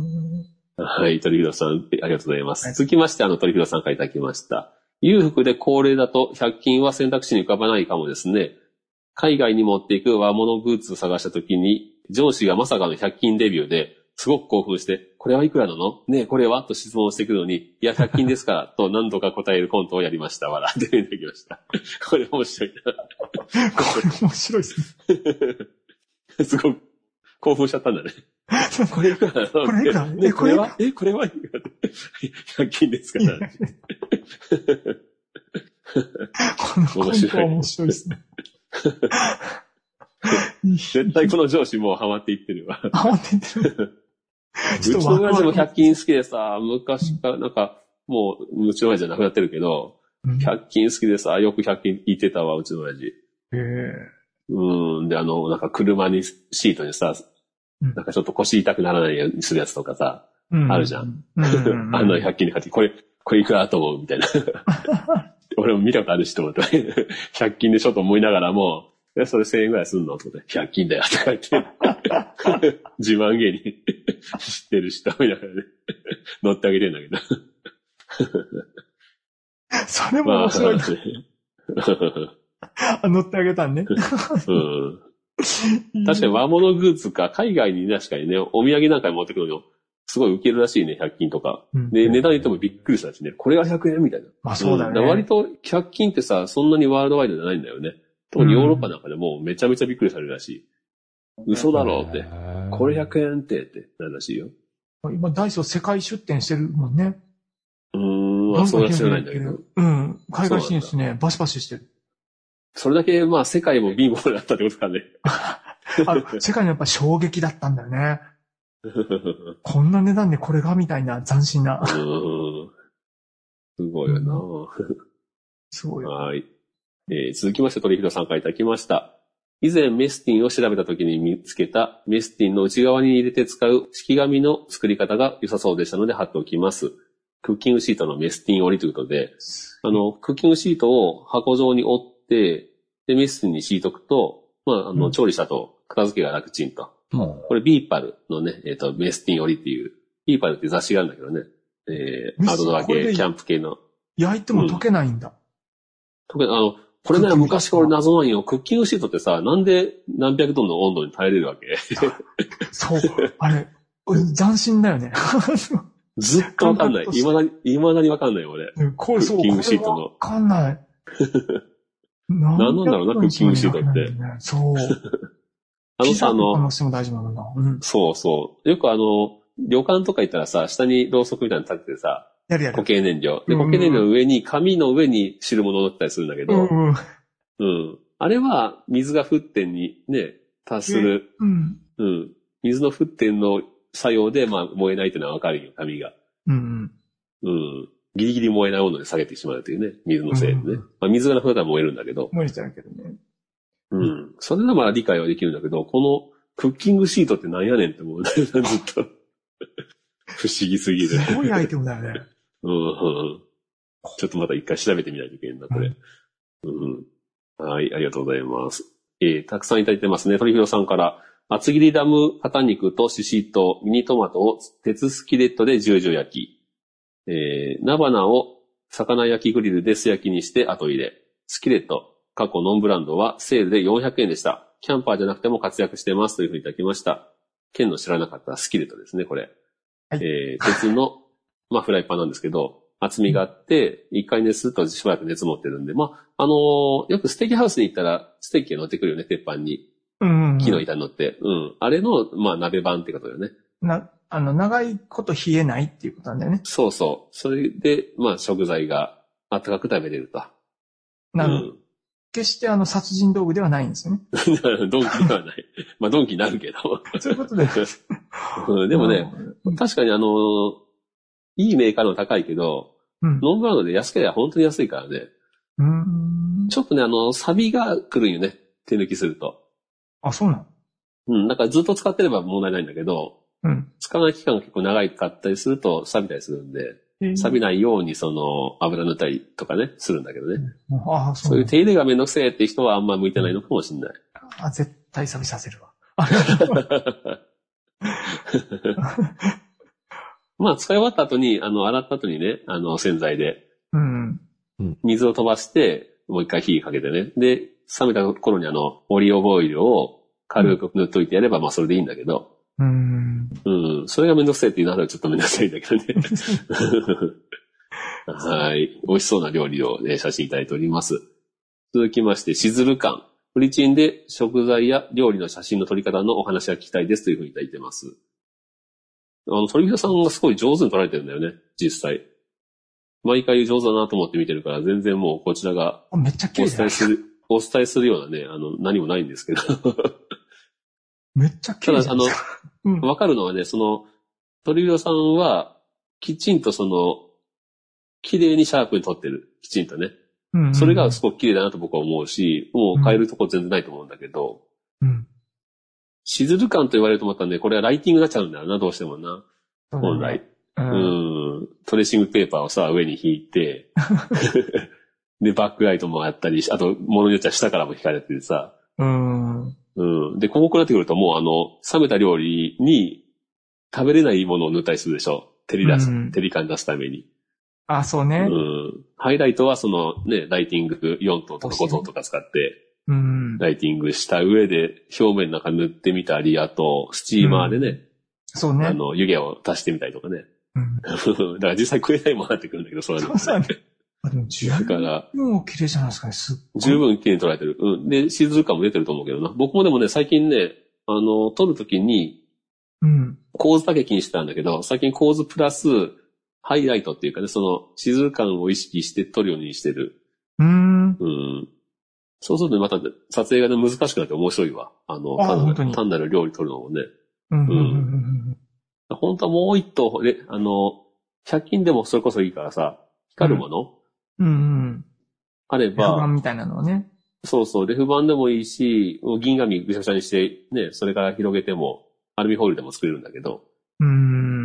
はい、鳥広さん、ありがとうございます。はい、続きまして、あの、鳥広さんからいただきました。裕福で高齢だとひゃく均は選択肢に浮かばないかもですね。海外に持っていく和物グッズを探したときに、上司がまさかのひゃく均デビューで、すごく興奮して、これはいくらなのねえ、これはと質問してくるのに、いや、ひゃく均ですから、と何度か答えるコントをやりました。笑っていただきました。これ面白いな。 これ面白いですね。すごく興奮しちゃったんだね。 これいくらこれいくらえ、これはえ、これはいくらひゃく均ですから。 このコントは面白いですね。 絶対この上司もうハマっていってるわ。 ハマっていってる。 うちの親父もひゃく均好きでさ、昔からなんか、もう、うちの親父じゃなくなってるけど、うん、ひゃく均好きでさ、よくひゃく均言ってたわ、うちの親父。 へえ。 うん。で、あの、なんか車に、シートにさ、なんかちょっと腰痛くならないようにするやつとかさ、うん、あるじゃん。うん、あんなひゃく均で買って、これ、これいくらと思うみたいな。俺も見たことあるしと思って、ひゃく均でしょと思いながらも、え、それせんえんぐらいすんのとかで、ひゃく均だよとか言って、自慢げに知ってる人みたいなね、乗ってあげてんだけど。 それも面白い、まあ、乗ってあげたんね。 うん。確かに和物グッズか、海外に確かにね、お土産なんかに持ってくるの、すごい受けるらしいね、ひゃく均とか。うん、で、値段言ってもびっくりしたしね、これがひゃくえんみたいな。 まあそうだね。 うん、割とひゃく均ってさ、そんなにワールドワイドじゃないんだよね。特にヨーロッパなんかでもめちゃめちゃびっくりされるらしい。うん、嘘だろうって。これひゃくえんってってなるらしいよ。 今、ダイソー世界出店してるもんね。 うーん、そうは知らないんだけど。 うん。海外進出ね、バシバシしてる。 それだけ、まあ、世界も貧乏だったってことかね。 あ世界のやっぱ衝撃だったんだよね。こんな値段でこれがみたいな斬新な。 うんすごいよな、うん、 すごいよ。 はい。えー、続きまして鳥広さんからいただきました。以前メスティンを調べた時に見つけたメスティンの内側に入れて使う式紙の作り方が良さそうでしたので貼っておきます。 クッキングシートのメスティン折りということで、あの、クッキングシートを箱状に折って、で、メスに敷いとくと、まあ、あの、調理したと片付けが楽ちんと。うん、これビーパルのね、えっと、メスティン折りっていう、ビーパルっていう雑誌があるんだけどね。えー、アウトドア系、キャンプ系の。 焼いても溶けないんだ。 うん、溶け、あの、これね、昔から俺謎なんよ。クッキングシートってさ、なんで何百度の温度に耐えれるわけ？ そう。あれ、斬新だよね。 ずっとわかんない。未だに、未だにわかんないよ、俺。 うん、これそう、クッキングシートの。わかんない。 何なんだろうな、クッキングシートって。 そう。 あのさ、あの、 のしても大丈夫なんだ。うん、 そうそう。よくあの、旅館とか行ったらさ、下にろうそくみたいなの立ててさ、 やるやる固形燃料。で、固形燃料の上に、紙の上に汁物を乗ってたりするんだけど、 うん。 うん。あれは、水が沸点にね、達する。 うん。 うん。水の沸点の作用で、まあ、燃えないっていうのはわかるよ、紙が。 うん。 うん。ギリギリ燃えない温度で下げてしまうというね、水のせいでね。うん、まあ、水がなくなったら燃えるんだけど。 燃えちゃうけどね。 うん。それならまあ理解はできるんだけど、このクッキングシートってなんやねんって思う。ずっと。不思議すぎる。 すごいアイテムだよね。 うん、うん。ちょっとまた一回調べてみないといけないんだ、これ。うん、うん。はい、ありがとうございます。えー、たくさんいただいてますね。鳥広さんから、厚切りラム肩肉とシシトウ、ミニトマトを鉄スキレットでジュージュ焼き。えー、菜花を魚焼きグリルで素焼きにして後入れ。スキレット、過去ノンブランドはセールでよんひゃくえんでした。キャンパーじゃなくても活躍してますというふうにいただきました。県の知らなかったスキレットですね、これ。はい、えー、鉄の、まあ、フライパンなんですけど、厚みがあって、一回熱するとしばらく熱持ってるんで、まあ、あのー、よくステーキハウスに行ったら、ステーキが乗ってくるよね、鉄板に。 うんうん、 木の板に乗って。うん。あれの、まあ、鍋版ってことだよね。 な、あの、長いこと冷えないっていうことなんだよね。 そうそう。それで、まあ、食材が温かく食べれると。 なるほど。うん、決してあの、殺人道具ではないんですよね。 ドンキではない。まあ、ドンキになるけど。 そういうことで。 うん、でもね、確かにあの、いいメーカーの高いけど、うん、ノンブランドで安ければ本当に安いからね。 うーん、 ちょっとね、あの、サビが来るんよね。手抜きすると。 あ、そうなの？ うん、だからずっと使ってれば問題ないんだけど、うん、使わない期間が結構長かったりすると錆びたりするんで、錆びないようにその油塗ったりとかね、するんだけどね。 うん、ああ、そう。 そういう手入れがめんどくせえって人はあんま向いてないのかもしれない。 あ、絶対錆びさせるわ。 まあ、使い終わった後に、あの、洗った後にね、あの、洗剤で、 うん、 水を飛ばして、もう一回火かけてね。で、冷めた頃にあの、オリーブオイルを軽く塗っといてやれば、うん、まあ、それでいいんだけど、 うん。 うん。それがめんどくせえっていうのはちょっとめんどくさいんだけどね。はい。美味しそうな料理を、ね、写真いただいております。続きまして、しずる館。フリチンで食材や料理の写真の撮り方のお話が聞きたいですというふうにいただいてます。あの、鳥広さんがすごい上手に撮られてるんだよね、実際。毎回上手だなと思って見てるから、全然もうこちらがおめっちゃ綺麗だ伝えする、お伝えするようなね、あの、何もないんですけど。 めっちゃ綺麗じゃないですか。 ただ、あの、わ、うん、かるのはね、その、鳥広さんは、きちんとその、綺麗にシャープに撮ってる。きちんとね。うんうんうん、それがすごく綺麗だなと僕は思うし、もう変えるとこ全然ないと思うんだけど、うん。しずる感と言われると思ったんで、これはライティングになっちゃうんだよな、どうしてもな。本来。うん、うん。トレーシングペーパーをさ、上に引いて、で、バックライトもあったり、あと、物によっちゃ下からも引かれててさ。 うん。 うん。で、ここくなってくるともうあの、冷めた料理に食べれないものを塗ったりするでしょ。照り出す、うん、照り感出すために。 あ、そうね。 うん。ハイライトはそのね、ライティングよんとうとかごとうとか使って、うん、ライティングした上で表面の中塗ってみたり、あと、スチーマーでね、うん、 そうね。 あの、湯気を足してみたりとかね。うん、だから実際食えないもんなってくるんだけど、そういうの、ね。そうね。 あ、でも十分綺麗じゃないですかね、すっごい。 十分綺麗に捉えてる。うん。で、シーズン感も出てると思うけどな。僕もでもね、最近ね、あの、撮るときに、うん。構図だけ気にしてたんだけど、最近構図プラス、ハイライトっていうかね、その、シーズン感を意識して撮るようにしてる。 うーん。 うん。そうするとまた撮影がね、難しくなって面白いわ。あの、 あ単本当に単なる料理撮るのもね。 うん。うん。うんうん本当はもう一頭、あの、ひゃく均でもそれこそいいからさ、光るもの、 うん、うんうんあれば。 レフ板みたいなのはね。 そうそう、レフ板でもいいし、銀紙ぐしゃぐしゃにして、ね、それから広げても、アルミホイルでも作れるんだけど、 うん。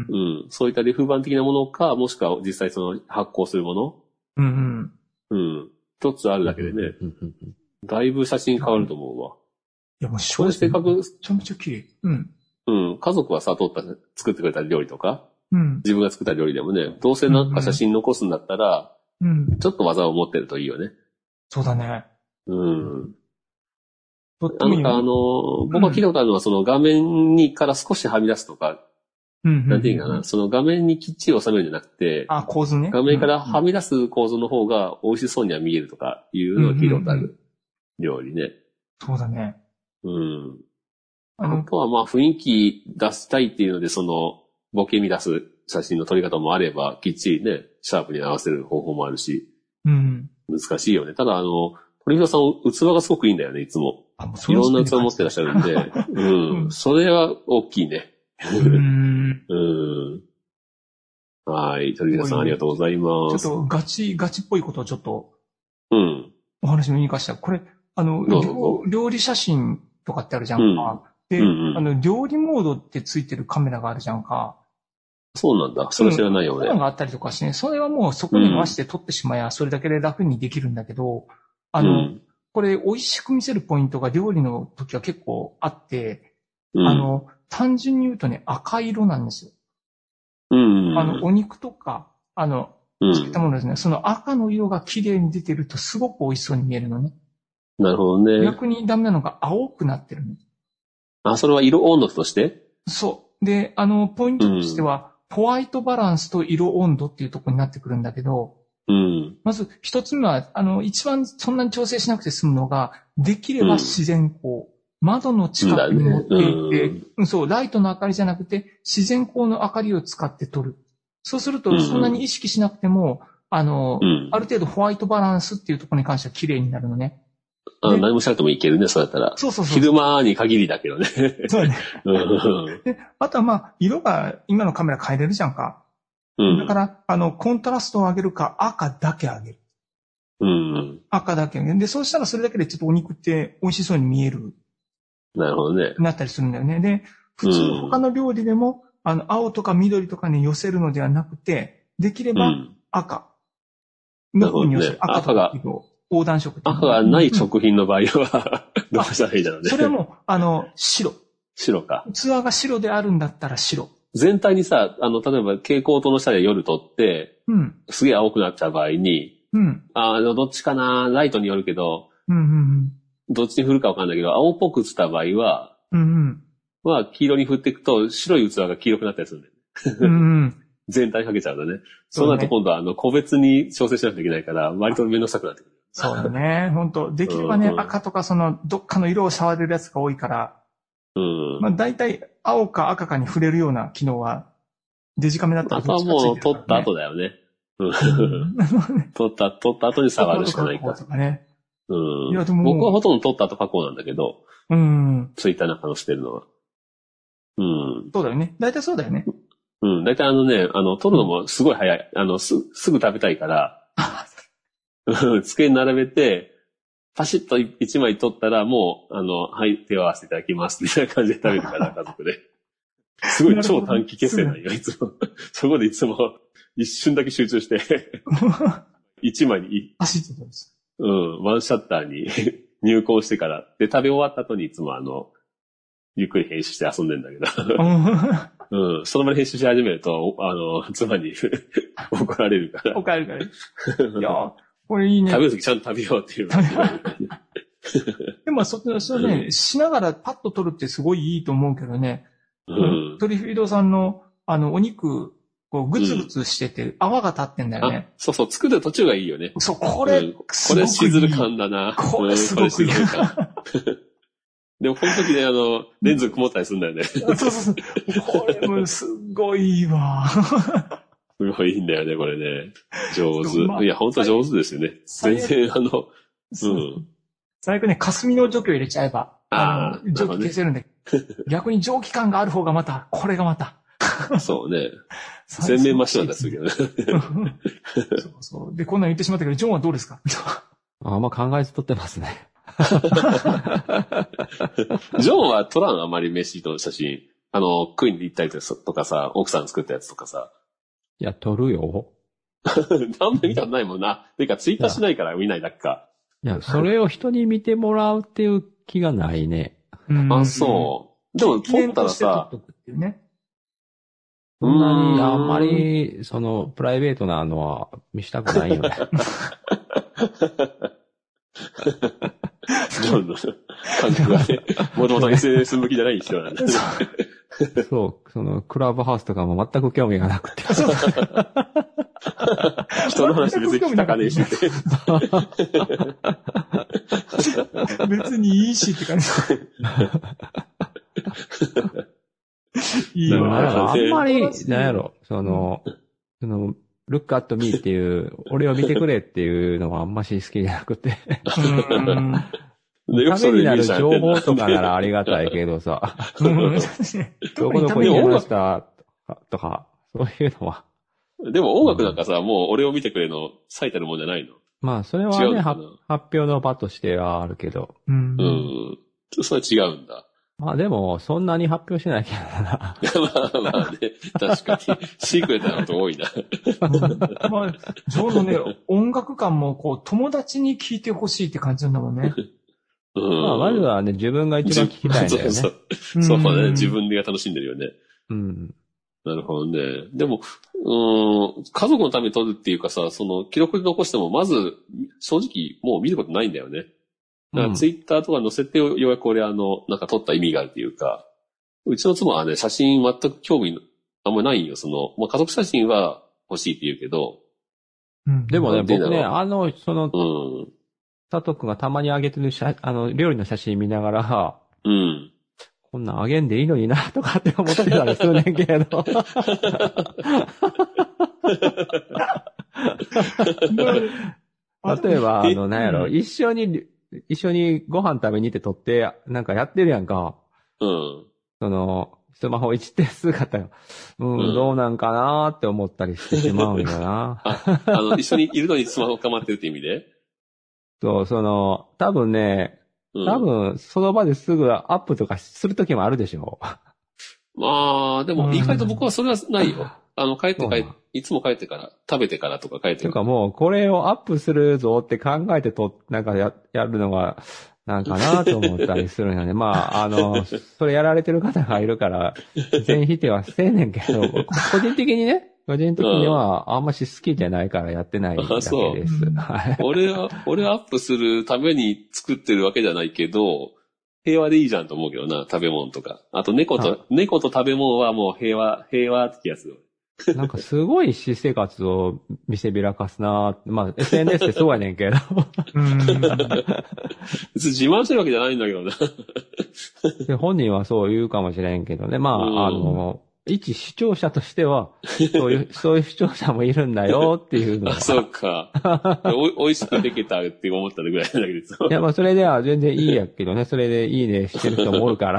うん。そういったレフ板的なものか、もしくは実際その発光するもの。 うんうん。 うん。一つあるだけでね、だいぶ写真変わると思うわ。 いやもうこれせっかく、 めちゃめちゃ綺麗。うん。 うん。家族はさ、撮った、作ってくれた料理とか、 うん。 自分が作った料理でもね、どうせなんか写真残すんだったら、 うん。 ちょっと技を持ってるといいよね。 そうだね。 うん。 とってもいいなんかあの、僕が聞いたことあるのは、その画面にから少しはみ出すとか、 うん。 なんていうかな、その画面にきっちり収めるんじゃなくて、 あ、構図ね。 画面からはみ出す構図の方が美味しそうには見えるとかいうのを聞いたことある料理ね。 そうだね。 うん。 あのあとはまあ雰囲気出したいっていうので、そのボケ見出す写真の撮り方もあれば、きっちりね、シャープに合わせる方法もあるし、 うん。 難しいよね。ただあの、鳥広さん器がすごくいいんだよね、いつも。 あ、もういろんな器持ってらっしゃるんで、うん。それは大きいね。 うん。 うん。はい。鳥広さんありがとうございます。 ちょっとガチ、ガチっぽいことをちょっと、 うん。 お話に生かした。これ、あの、料料理写真とかってあるじゃんか。 うんで、 うんうん、 あの、料理モードってついてるカメラがあるじゃんか。 そうなんだ。それ知らないよね。 そういうのがあったりとかしてね、それはもうそこに回して撮ってしまえば、それだけで楽にできるんだけど、あの、うん、これ美味しく見せるポイントが料理の時は結構あって、うん、あの、単純に言うとね、赤色なんですよ。 うんうん、 あの、お肉とか、あの、そういったものですね、うん。その赤の色が綺麗に出てるとすごく美味しそうに見えるのね。 なるほどね。 逆にダメなのが青くなってるの。 あ、それは色温度として？ そう。で、あの、ポイントとしては、うん、ホワイトバランスと色温度っていうところになってくるんだけど、 うん、 まず一つ目は、あの、一番そんなに調整しなくて済むのが、できれば自然光。うん、窓の近くに持っていって、ねうん、そう、ライトの明かりじゃなくて、自然光の明かりを使って撮る。そうすると、そんなに意識しなくても、うん、あの、うん、ある程度ホワイトバランスっていうところに関しては綺麗になるのね。 あ何もしなくてもいけるね、そうやったら。 そうそうそう。 昼間に限りだけどね。 そうね。で、あとはまあ、色が今のカメラ変えれるじゃんか。うん。だから、あの、コントラストを上げるか、赤だけ上げる。 うん。 赤だけ上げる。で、そうしたらそれだけでちょっとお肉って美味しそうに見える。 なるほどね。 なったりするんだよね。で、普通の他の料理でも、うん、あの、青とか緑とかに寄せるのではなくて、できれば赤の方に寄せる。 うん、赤とか。赤が。 横断色。 赤がない食品の場合は、どうしたらいいだろうね。 それはもう、あの、白。 白か。 器が白であるんだったら白。 全体にさ、あの、例えば蛍光灯の下で夜撮って、うん、すげえ青くなっちゃう場合に、うん、あの、どっちかな、ライトによるけど、 うんうんうん、 どっちに振るかわかんないけど、青っぽく映った場合は、うんうん、まあ、黄色に振っていくと、白い器が黄色くなったりするんだよね。うんうん全体にかけちゃうとね。そうなると今度は、あの、個別に調整しなきゃいけないから、割と面倒くさくなってくる。 そうだね。本当できればね、うんうん、赤とかその、どっかの色を触れるやつが多いから、うん。まあ、大体、青か赤かに触れるような機能は、デジカメだったらどっちかついてるから、ね。 あとはもう、撮った後だよね。うん。撮った、撮った後に触るしかないから。とかね。うん。いやでも僕はほとんど撮った後加工なんだけど、うん。ツイッターなんかのしてるのは。うん。 そうだよね。大体そうだよね。 うん。だいたいあのね、あの、撮るのもすごい早い。あの、す、すぐ食べたいから、机に並べて、パシッと一枚撮ったら、もう、あの、はい、手を合わせていただきます。みたいな感じで食べるから、家族で。すごい超短期決戦なんよ、いつも。そこでいつも、一瞬だけ集中して、一枚に、 パシッと撮るんです。 うん、ワンシャッターに入稿してから、で、食べ終わった後にいつもあの、ゆっくり編集して遊んでんだけど。うん。その場で編集し始めると、あの、妻に怒られるから。 怒られるから。いや、これいいね。 食べるときちゃんと食べようっていう。 でも、そ、それね、うん、しながらパッと取るってすごいいいと思うけどね。うん。トリフィードさんの、あの、お肉、こう、グツグツしてて、泡が立ってんだよね、 うん。そうそう、作る途中がいいよね。 そう、これ、うん、 これシズル感だな。 これすごくいい。 でもこの時ね、あの、レンズ曇ったりするんだよね。 そうそうそう。これもすごいわ。 すごいいいんだよね、これね。上手。まあ、いや、本当上手ですよね。全然、あの、うん。 最悪ね、霞の除去入れちゃえば、あの、蒸気消せるんで、ね、逆に蒸気感がある方がまた、これがまた。 そうね。全面真っ白だったけどね。 そうそう。で、こんなん言ってしまったけど、ジョンはどうですか？ あんま考えず撮ってますね。 ジョンは撮らん、あまり飯の写真。 あの、食いに行ったりとかさ、奥さん作ったやつとかさ。 いや、撮るよ。 あんまり見たことないもんな。てか、ツイッターしないから見ないだけか。 いや、それを人に見てもらうっていう気がないね。 あ、そう。でも、撮ったらさ、 そんなに、あんまり、その、プライベートなのは見したくないよね。 どんどん感覚がね、もともと エスエヌエス 向きじゃない人なんだ。 そう、その、クラブハウスとかも全く興味がなくて。 人の話別に聞かねえし。 別にいいしって感じ。いいよね。 あんまり、なんやろ、その、その、look at me っていう、俺を見てくれっていうのはあんまし好きじゃなくて。ためになる情報とかならありがたいけどさ。どこどこ行きましたとか、そういうのは。 でも音楽なんかさ、もう俺を見てくれの最たるもんじゃないの？ まあ、それはね、発表の場としてはあるけど。 うん。 うん。それは違うんだ。 まあでも、そんなに発表しないけどな。 まあまあね、確かに。シークレットなこと多いな。 まあ、ちょうどね、音楽感もこう、友達に聴いてほしいって感じなんだもんね。 うん、 まあ、まずはね、自分が一番聞きたいんだよね。 そうそう。そうね、自分で楽しんでるよね。 うん。 なるほどね。でも、うん、家族のために撮るっていうかさ、その記録で残しても、まず、正直もう見ることないんだよね。だからツイッターとか載せてようやく俺あの、なんか撮った意味があるっていうか、うちの妻はね、写真全く興味あんまないんよ。その、まあ、家族写真は欲しいって言うけど。 うん、でもね、僕ね、あの、その、 うん。 佐藤くんがたまに上げてる写、あの、料理の写真見ながら、 うん。 こんなんあげんでいいのにな、とかって思ってたりするねんけど。例えば、あの、なんやろ、一緒に、一緒にご飯食べに行って撮って、なんかやってるやんか。 うん。 その、スマホいじってる姿が、うん、うん、どうなんかなーって思ったりしてしまうんだな。 あ、あの、一緒にいるのにスマホ構ってるって意味で？ そう、その、多分ね、多分、その場ですぐアップとかするときもあるでしょ。 まあ、でも意外と僕はそれはないよ。あの、帰って帰って、いつも帰ってから、食べてからとか帰ってから。 とかもう、これをアップするぞって考えてと、なんかや、やるのが、なんかなと思ったりするんよね。まあ、あの、それやられてる方がいるから、全否定はせんねんけど、個人的にね、個人的にはあんまし好きじゃないからやってないだけです。 はい、俺は、俺はアップするために作ってるわけじゃないけど、平和でいいじゃんと思うけどな、食べ物とか。あと猫と、猫と食べ物はもう平和、平和ってやつよ。 なんかすごい私生活を見せびらかすなぁ。まあ エスエヌエス ってそうやねんけど。 うん別に自慢してるわけじゃないんだけどなで。本人はそう言うかもしれんけどね。まあ、あの、一視聴者としては、そういう、そういう視聴者もいるんだよっていうのは。 あ、そうか。お、おいしくできたって思ったぐらいだけど。いや、まあそれでは全然いいやけどね。それでいいねしてる人もおるから。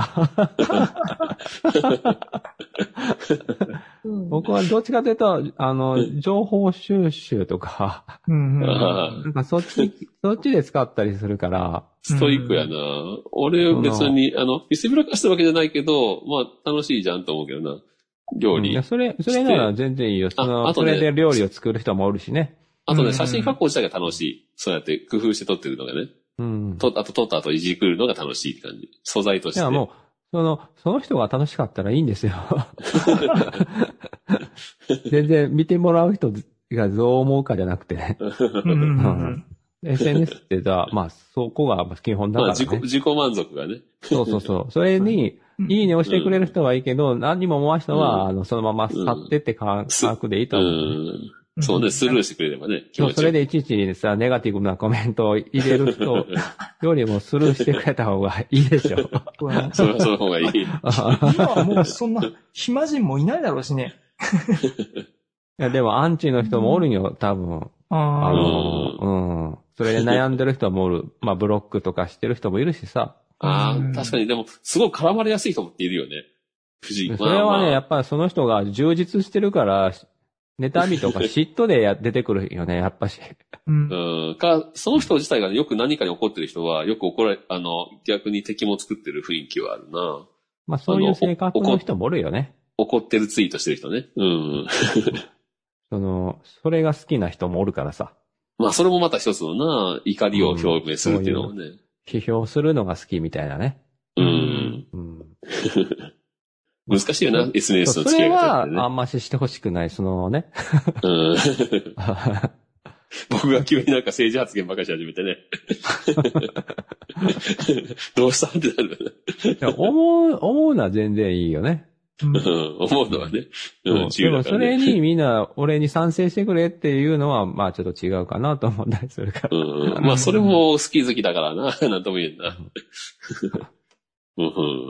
僕はどっちかというと、あの、情報収集とか、うんうん、なんかそっち、そっちで使ったりするから。 ストイックやな。俺別に、あの、見せびらかしたわけじゃないけど、まあ楽しいじゃんと思うけどな。料理。 うん、いや、それ、それなら全然いいよ。その、あとね、それで料理を作る人もおるしね。 あとね、写真加工自体が楽しい。そうやって工夫して撮ってるのがね。うん。と、あと撮った後いじくるのが楽しいって感じ。素材として。 いや、もう、その、その人が楽しかったらいいんですよ。全然見てもらう人がどう思うかじゃなくてね。うん、エスエヌエス ってさ、まあ、そこが基本だからね。 まあ、自己、自己満足がね。 そうそうそう。それに、いいねをしてくれる人はいいけど、うん、何にも思わしたのは、うん、あの、そのまま去ってって感覚でいいと思う。 うんそうね、スルーしてくれればね。 そう、それでいちいちさ、ネガティブなコメントを入れる人よりもスルーしてくれた方がいいでしょ。 それはその方がいい。 今はもうそんな暇人もいないだろうしね。 いや、でもアンチの人もおるんよ、多分。あの、うん。それで悩んでる人もおる。まあ、ブロックとかしてる人もいるしさ。 ああ、確かに、でも、すごい絡まれやすい人もっているよね。不思議。 それはね、やっぱりその人が充実してるから、妬みとか嫉妬でや出てくるよね、やっぱし。 うん。うんか、その人自体がよく何かに怒ってる人は、よく怒られ、あの、逆に敵も作ってる雰囲気はあるな。 まあそういう性格の人もおるよね。 怒ってるツイートしてる人ね。うん。 その、それが好きな人もおるからさ。 まあそれもまた一つのな、怒りを表明するっていうのもね。うん、 批評するのが好きみたいなね。 うん。うん、難しいよな、エスエヌエス の付き合い方、ね。それはあんまししてほしくない、そのね。うん、 僕が急になんか政治発言ばかりし始めてね。どうしたってなる。 いや思う、思うのは全然いいよね。 うん、思うのはね。うん、違う、ね。 でもそれにみんな俺に賛成してくれっていうのは、まあちょっと違うかなと思ったりするから。 うん、まあそれも好き好きだからな、なんとも言えんな。うん、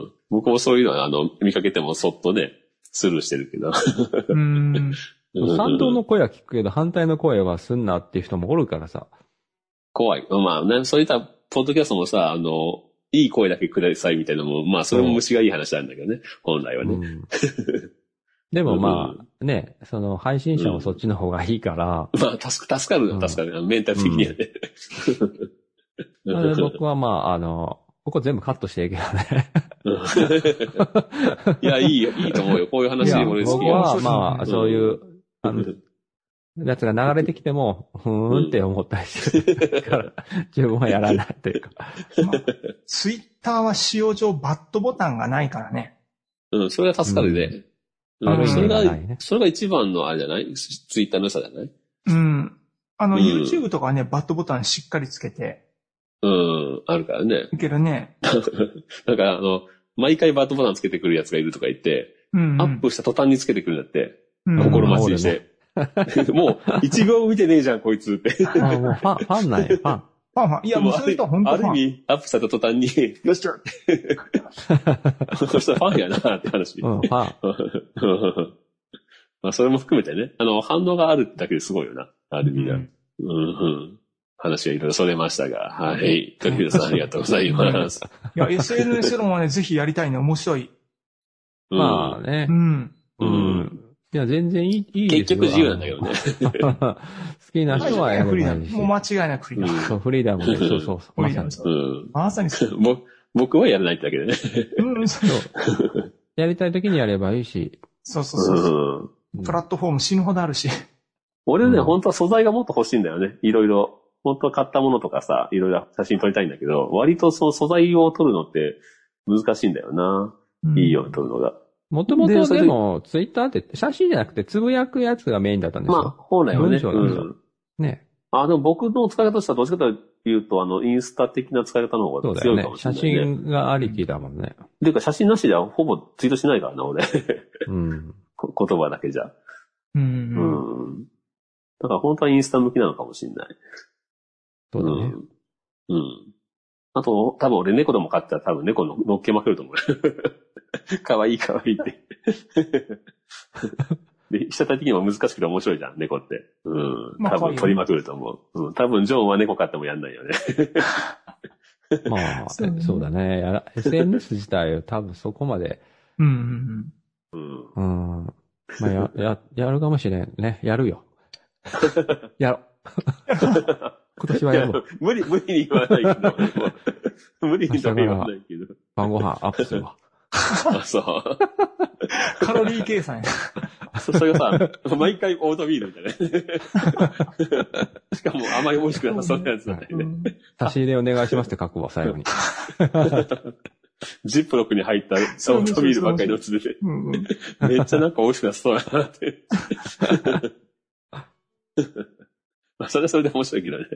僕もそういうのは、あの、見かけてもそっとね、スルーしてるけど。 うん賛同の声は聞くけど、反対の声はすんなっていう人もおるからさ。 怖い。まあね、そういったポッドキャストもさ、あの、いい声だけくださいみたいなのも、まあそれも虫がいい話なんだけどね、本来はね。うん、 でもまあ、ね、その配信者もそっちの方がいいから。 うん、まあ助か、助かるのは助かる、うん、メンタル的にはね。 うん、僕はまあ、あの、ここ全部カットしていいけどね。 いや、いいよ、いいと思うよ。こういう話、俺好きよ。僕はまあ、そういう、あの、やつが流れてきても、ふーんって思ったりするから、自分はやらないというか。 まあ、ツイッターは使用上バットボタンがないからね。 うん、それが助かるね。うん、うん、それが、それが一番のあれじゃないツイッターの良さじゃないうん。あの、うん、YouTube とかね、バットボタンしっかりつけて。 うん、あるからね。 いけるね。 なんかあの、毎回バットボタンつけてくるやつがいるとか言って、うんうん、アップした途端につけてくるんだって、うん、心待ちにして。もう、一秒も見てねえじゃん、こいつって。 あもうファン、ファンなんや、ファン。ファンファン。いや、もうそれと本当ファン。 ある意味、アップされた途端に、よっしゃそしたらファンやなって話。 うん、ファン。 まあ、それも含めてね、あの、反応があるだけですごいよな、ある意味が。うん、うん、話がいろいろそれましたが、はい。鳥広さんありがとうございます。 いや、エスエヌエス 論はね、ぜひやりたいね、面白い。 まあね。 うん。 うん。 いや、全然いい、いいですよ。 結局自由なんだけどね。 好きな人はやればいいし。 もう間違いなくフリーダム。 そう、フリーダムで。そうそう。 フリーダム。うん。まさにそう。 僕はやらないってだけでね。 うん、そう。 やりたい時にやればいいし。 そうそうそう。プラットフォーム死ぬほどあるし。 俺ね、本当は素材がもっと欲しいんだよね。いろいろ。本当は買ったものとかさ、いろいろ写真撮りたいんだけど、割とその素材を撮るのって難しいんだよな。いいように撮るのが。 もともとでも、ツイッターって写真じゃなくてつぶやくやつがメインだったんですよ。 まあ、本来はね。 うん、ね。 あ、でも僕の使い方としてはどっちかというと、あの、インスタ的な使い方の方が強いかもしれない、ね。 そうだよね。写真がありきだもんね。 ていうか写真なしではほぼツイートしないからな、俺。 うん。 言葉だけじゃ。 うん、うん。 だから本当はインスタ向きなのかもしれない。 そうだね。 うん。うん。あと、多分俺猫でも飼ってたら多分猫の乗っけまくると思う。かわいいかわいいって。で、被写体的にも難しくて面白いじゃん、猫って。うん。多分取りまくると思う。うん。多分ジョンは猫飼ってもやんないよね。 まあ、そうね、そうだね。やら エスエヌエス 自体は多分そこまで。 うんうんうん。うん。まあ、や、や、やるかもしれんね。やるよ。やろ。今年はやろう。 無理、無理に言わないけど。無理にとは言わないけど。 晩ご飯アップするわ。 あ、そう。 カロリー計算や。 そ, それがさ、毎回オートミールみたいな。しかも甘い美味しくなさそうなやつだったよね。 差し入れお願いしますって書くわ、最後に。 ジップロックに入ったオートミールばっかりのつでて。めっちゃなんか美味しくなさそうだなって。まあ、それはそれで面白いけどね。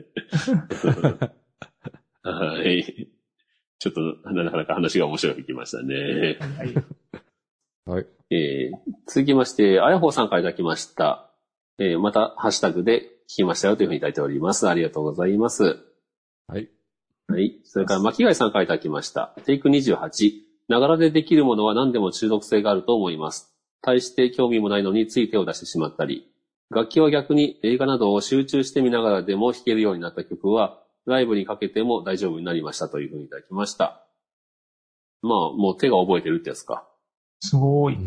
はい。ちょっと、なかなか話が面白くいきましたね。 はい。 はい。 えー、続きまして、あやほうさんからいただきました。えー、また、ハッシュタグで聞きましたよというふうにいただいております。ありがとうございます。 はい。 はい。それから、巻貝さんからいただきました。テイクにじゅうはち。ながらでできるものは何でも中毒性があると思います。対して興味もないのについ手を出してしまったり。楽器は逆に映画などを集中して見ながらでも弾けるようになった曲は、ライブにかけても大丈夫になりましたというふうにいただきました。まあ、もう手が覚えてるってやつか。 すごい。うん、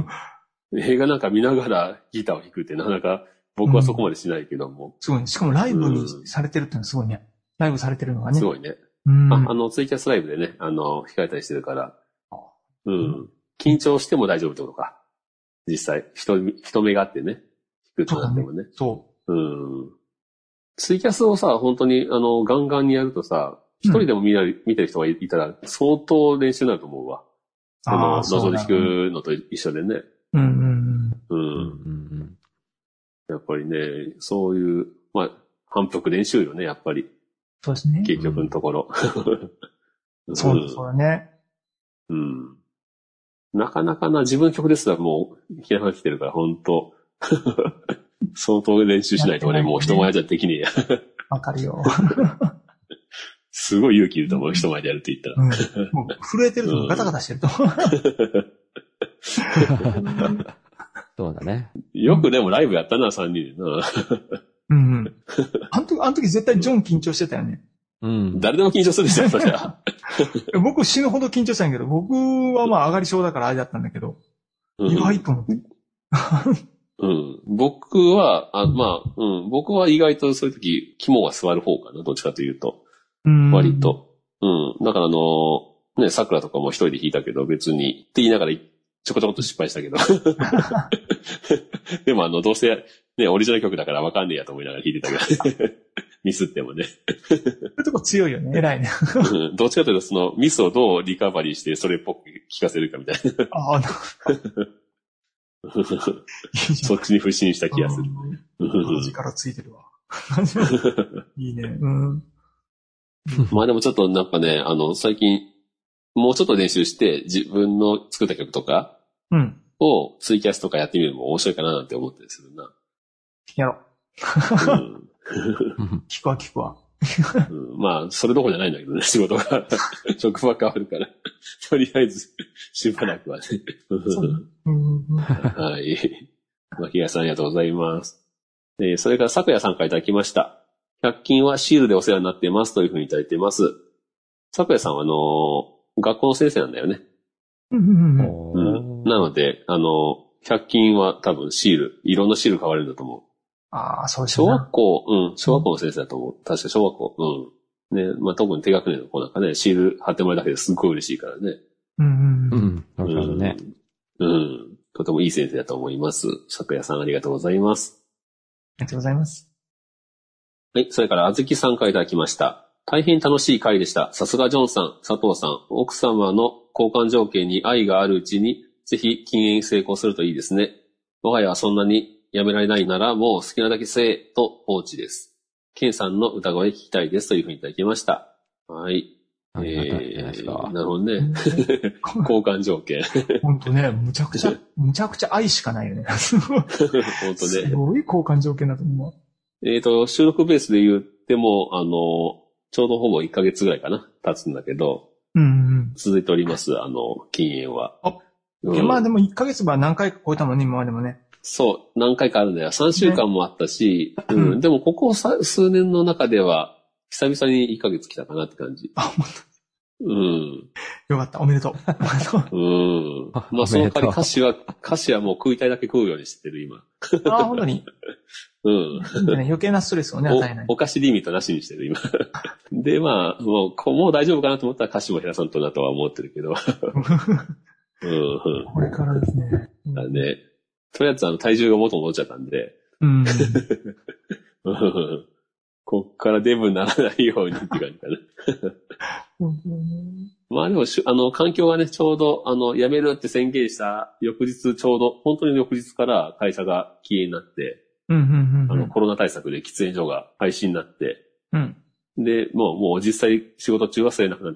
映画なんか見ながらギターを弾くってなかなか僕はそこまでしないけども。うん、 すごいね。しかもライブにされてるってのはすごいね。ライブされてるのがね。 すごいね。 うん、 あ、あの、ツイキャスライブでね、あの、弾かれたりしてるから。 うん。緊張しても大丈夫ってことか。実際、人、人目があってね。弾くとなってもね。 そう。 うん。ツイキャスをさ、本当に、あの、ガンガンにやるとさ、一人でも見な、うん、見てる人がいたら、相当練習になると思うわ。あの、謎で弾くのと一緒でね。 うんうんうん。うん。やっぱりね、そういう、まあ、反復練習よね、やっぱり。 そうですね。 結局のところ。 うん、そうですよね。 うん。なかなかな、自分の曲ですらもう、弾けなくなってきてるから、本当相当練習しないと俺、もう人前じゃできねえや。 わかるよ。 すごい勇気いると思う、人前でやるって言ったら。 うん、もう震えてるとガタガタしてると。 そうだね。 よくでもライブやったな、さんにんでな。 うんうん。あの時、あの時絶対ジョン緊張してたよね。 うん。誰でも緊張するでしょ、それは。 僕死ぬほど緊張したんやけど、僕はまあ上がり症だからあれだったんだけど、うん、意外と思って。 うん。僕は、あ、まあ、うん。僕は意外とそういう時、肝が座る方かな、どっちかというと。うん。割と。うん。だからあの、ね、桜とかも一人で弾いたけど、別に、って言いながら、ちょこちょこっと失敗したけど。でもあの、どうせ、ね、オリジナル曲だからわかんねえやと思いながら弾いてたけど。ミスってもね。 そういうとこ強いよね、偉いね。 うん。どっちかというと、その、ミスをどうリカバリーして、それっぽく聴かせるかみたいな。ああ、なそっちに不信した気がする。 力ついてるわ。いいね。うん。 まあでもちょっとなんかね、あの、最近、もうちょっと練習して、自分の作った曲とかをツイキャスとかやってみるのも面白いかななんて思ったりするな。 やろ。うん、聞くわ聞くわ。 うん、まあ、それどころじゃないんだけどね、仕事が。職場変わるから。とりあえず、しばらくはね。はい。牧谷さんありがとうございます。えー、それから、昨夜さんからいただきました。ひゃく均はシールでお世話になっていますというふうにいただいています。昨夜さんは、あのー、学校の先生なんだよね。うん。なので、あのー、ひゃく均は多分シール、いろんなシール買われるんだと思う。 ああ、そうですね。 小学校、うん、小学校の先生だと思う。確か小学校、うん。ね、まあ、特に低学年の子なんかね、シール貼ってもらうだけですっごい嬉しいからね。 うんうんうん。わかるね。 うん。うん。とてもいい先生だと思います。昨夜さんありがとうございます。 ありがとうございます。 はい、それからあずきさんからいただきました。大変楽しい会でした。さすがジョンさん、佐藤さん、奥様の交換条件に愛があるうちに、ぜひ禁煙成功するといいですね。我が家はそんなにやめられないならもう好きなだけせえと放置です。ケンさんの歌声聞きたいですというふうにいただきました。はい。 ありがとうございます。 えー、なるほどね。交換条件。 本当ね、むちゃくちゃ、むちゃくちゃ愛しかないよね。 本当ね。 すごい交換条件だと思う。 えっと、収録ベースで言っても、あの、ちょうどほぼいっかげつぐらいかな、経つんだけど、 うんうん、 続いております、あの、禁煙は。 あ、うん、まあでもいっかげつは何回か超えたもんね、今までもね。 そう、何回かあるんだよ。さんしゅうかんもあったし、ね、うん、でもここ数年の中では、久々にいっかげつ来たかなって感じ。 あ、本当うん。 よかった、おめでとう。うん。まあ、その代わり歌詞は、歌詞はもう食いたいだけ食うようにしてる、今。 ああ、本当に。 うん。 余計なストレスをね、与えない。 お, お菓子リミットなしにしてる、今。で、まあ、もう、こもう大丈夫かなと思ったら歌詞も減らさんとなとは思ってるけど。うん。 これからですね。 だね。とりあえず、あの、体重が元戻っちゃったんで。 うん。 こっからデブにならないようにって感じかな。まあでも、あの、環境がね、ちょうど、あの、辞めるって宣言した翌日、ちょうど、本当に翌日から会社が消えになって、 うんうんうんうん、 あの、コロナ対策で喫煙所が廃止になって、 うん、 で、もう、もう実際仕事中は吸えなくなって、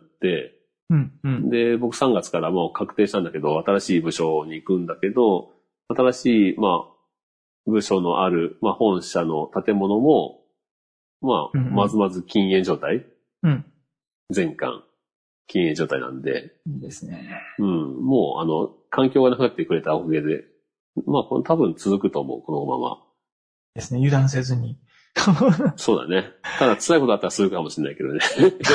うんうん、 で、僕さんがつからもう確定したんだけど、新しい部署に行くんだけど、新しい、まあ、部署のある、まあ、本社の建物も、まあ、うんうん、まずまず禁煙状態、 うん、 全館禁煙状態なんで。 いいですね。 うん、もう、あの、環境がなくなってくれたおかげで、まあ、この多分続くと思う、このまま。 ですね、油断せずに。 そうだね。ただ、辛いことあったらするかもしれないけどね。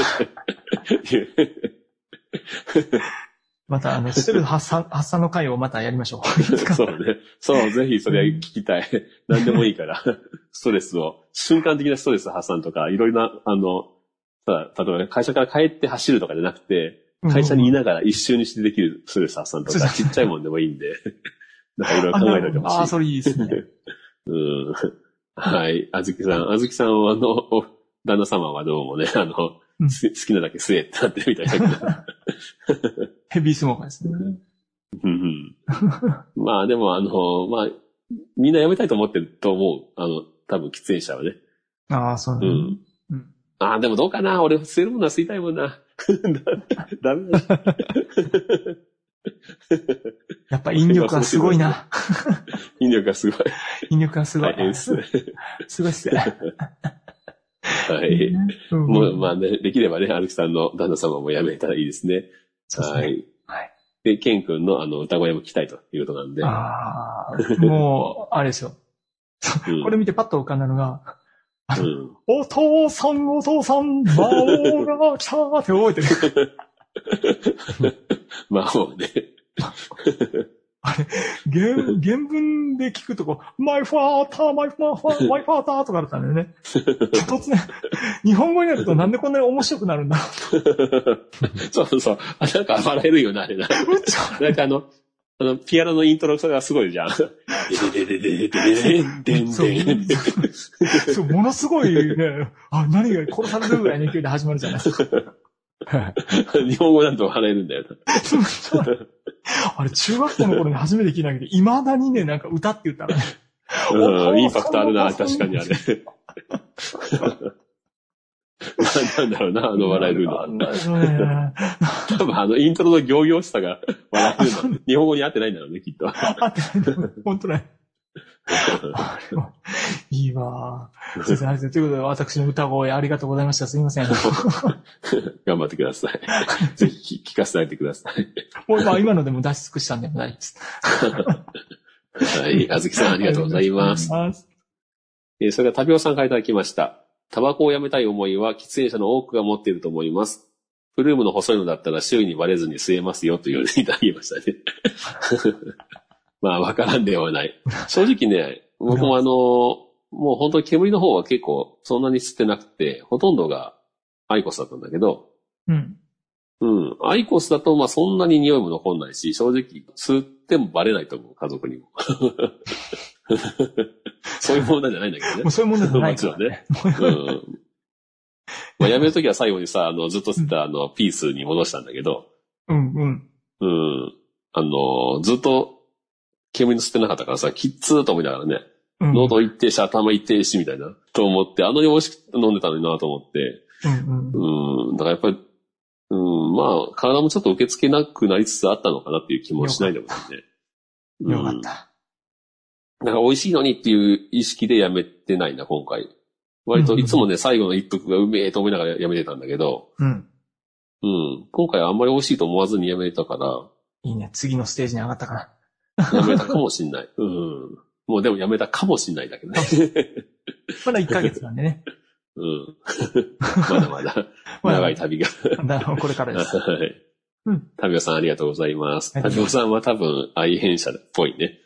また、あの、ストレス発散、発散の会をまたやりましょう。 そうね。そう、ぜひそれは聞きたい。何でもいいから。ストレスを、瞬間的なストレス発散とか、いろいろな、あの、ただ、例えば会社から帰って走るとかじゃなくて、 会社にいながら一瞬にしてできるストレス発散とか、ちっちゃいもんでもいいんで、なんかいろいろ考えておいてほしい。 ああ、それいいですね。 うん。はい。あずきさん、あずきさんは、あの、旦那様はどうもね、あの、うん、好きなだけ吸えってなってるみたいだけど。 ヘビースモーカーですね。 うん、まあでも、あの、まあ、みんな辞めたいと思ってると思う。あの、多分喫煙者はね。 ああ、そうね。うん。 うん、ああ、でもどうかな。俺、吸えるものは吸いたいもんな。ダメだ。 やっぱ引力がすごいな。 引力がすごい。 引力がすごい。 大変です。 すごいっすね。 はい。うん、もう、まあね、できればね、あるきさんの旦那様も辞めたらいいですね。 そうですね。 はい。はい。で、ケン君のあの、歌声も聞きたいということなんで。 ああ、もう、あれですよ。うん、これ見てパッと浮かんだのが、うん、お父さん、お父さん、魔王が来たーって覚えてる。 魔王ね。 あれ、原、原文で聞くとこう、マイファーター、マイファーター、マイファーターとかだったんだよね。突然、日本語になるとなんでこんなに面白くなるんだろう。そうそう。あ、なんか笑えるよな、あれな。なんかあの、あの、ピアノのイントロがすごいじゃん。ででででででででででそう、ものすごいね、あ、何が殺されるぐらいの勢いで始まるじゃないですか。 日本語なんと笑えるんだよな。 あれ、中学校の頃に初めて聞いたけど、未だにね、なんか歌って言ったらね。 うん、インパクトあるな、確かにあれ。なんだろうな、あの笑えるのは。多分あのイントロの行々しさが笑えるの。日本語に合ってないんだろうね、きっと。 合ってないんだろう。本当ね。いいわ。先生、ありがとう。ということで、私の歌声ありがとうございました。すみません。 頑張ってください。ぜひ聞かせてあげてください。 もうまあ今のでも出し尽くしたんでもないです。 はい。あずきさんありがとうございます。えそれから旅尾さんからいただきました。タバコをやめたい思いは喫煙者の多くが持っていると思います。フルームの細いのだったら周囲にバレずに吸えますよというようにいただきましたね。まあわからんではない。正直ね、僕もあの、もう本当に煙の方は結構そんなに吸ってなくて、ほとんどがアイコスだったんだけど、 うん。 うん。アイコスだとまあそんなに匂いも残んないし、正直吸ってもバレないと思う、家族にも。そういう問題じゃないんだけどね。 もうそういう問題じゃないからね。 もちろんね。うん。まあ、やめるときは最後にさ、あの、ずっと吸ったあの、ピースに戻したんだけど。 うんうん。 うん。あの、ずっと煙の吸ってなかったからさ、きっつーと思いながらね。うん、喉一定し、頭一定し、みたいな。と思って、あのに美味しく飲んでたのになと思って。 うんうん。 うん。だからやっぱり、うん、まあ、体もちょっと受け付けなくなりつつあったのかなっていう気もしないでもないね。 よかった。 なんか美味しいのにっていう意識でやめてないな、今回。割といつもね、うん、最後の一服がうめえと思いながらやめてたんだけど、 うん。 うん。今回はあんまり美味しいと思わずにやめたから。 いいね。次のステージに上がったかな。やめたかもしんない。うん。もうでもやめたかもしんないだけどね。 まだいっかげつなんでね。 うん。まだまだ、長い旅が。 これからです。 はい。 うん。 タビオさんありがとうございます。タビオさんは多分愛変者っぽいね。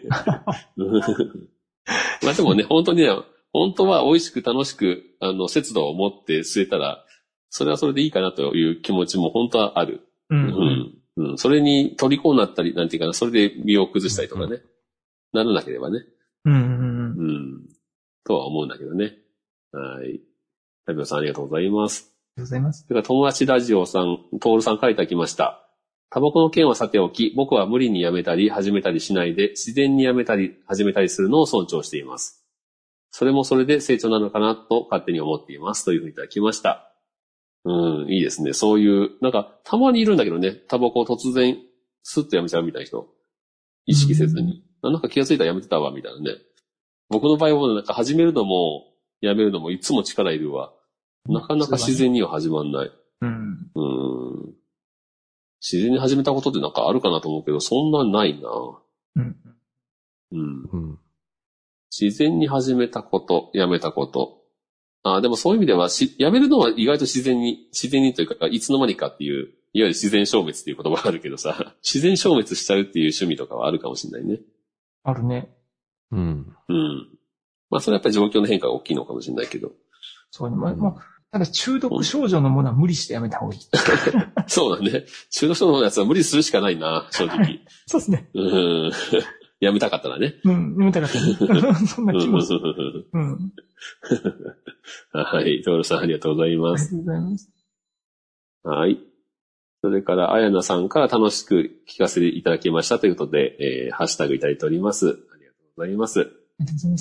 まあでもね、本当にね、本当は美味しく楽しく、あの、節度を持って吸えたら、それはそれでいいかなという気持ちも本当はある。 うん。うん。 うん。それに虜になったり、なんていうかな、それで身を崩したりとかね。うん、ならなければね。 うん。うん。 うん。とは思うんだけどね。はい。タビオさんありがとうございます。 ありがとうございます。 それから友達ラジオさん、トールさんからいただきました。タバコの件はさておき、僕は無理にやめたり始めたりしないで、自然にやめたり始めたりするのを尊重しています。それもそれで成長なのかなと勝手に思っています。というふうにいただきました。うん、いいですね。そういう、なんか、たまにいるんだけどね、タバコを突然、スッとやめちゃうみたいな人。意識せずに。うん、なんか気がついたらやめてたわ、みたいなね。僕の場合はなんか始めるのも、やめるのもいつも力いるわ。なかなか自然には始まんない。 うん。 うん。自然に始めたことってなんかあるかなと思うけど、そんなんないな。 うん。 うん。自然に始めたこと、やめたこと。あ、でもそういう意味ではし、やめるのは意外と自然に、自然にというか、いつの間にかっていう、いわゆる自然消滅っていう言葉があるけどさ、自然消滅しちゃうっていう趣味とかはあるかもしれないね。 あるね。 うん。 うん。まあそれはやっぱり状況の変化が大きいのかもしれないけど。 そうね。まあ、まあ、 ただ中毒症状のものは無理してやめた方がいい。 そうだね。中毒症状のやつは無理するしかないな、正直。 そうですね。 うん。やめたかったらね。 うん、やめたかったね。そんな気もする。うん。 はい。トールさんありがとうございます。 ありがとうございます。 はい。それから、あやなさんから楽しく聞かせていただきましたということで、えー、ハッシュタグいただいております。ありがとうございます。 ありがとうございます。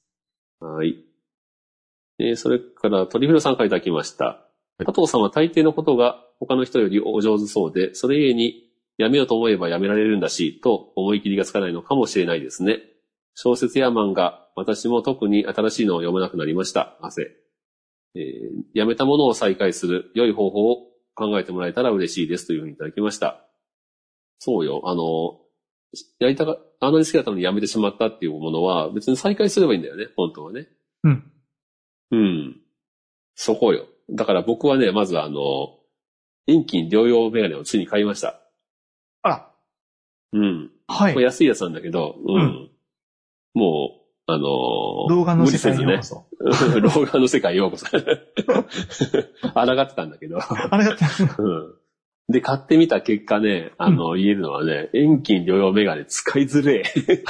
はい。えー、それから、トリフルさんからいただきました。加藤さんは大抵のことが他の人よりお上手そうで、それゆえにやめようと思えばやめられるんだし、と思い切りがつかないのかもしれないですね。小説や漫画、私も特に新しいのを読めなくなりました。汗。えー、やめたものを再開する良い方法を考えてもらえたら嬉しいですというふうにいただきました。そうよ。あの、やりたか、あんなに好きだったのにやめてしまったっていうものは別に再開すればいいんだよね、本当はね。 うん。 うん。そこよ。だから僕はね、まずあの、遠近療養メガネをついに買いました。 あら。 うん。 はい。 これ安いやつなんだけど、うん。うん、もう、あのー、 老眼の世界へようこそ。 老眼の世界へようこそ。抗ってたんだけど。 抗ってた。 うん。で、買ってみた結果ね、あの、うん、言えるのはね、遠近療養メガネ使いづれえ。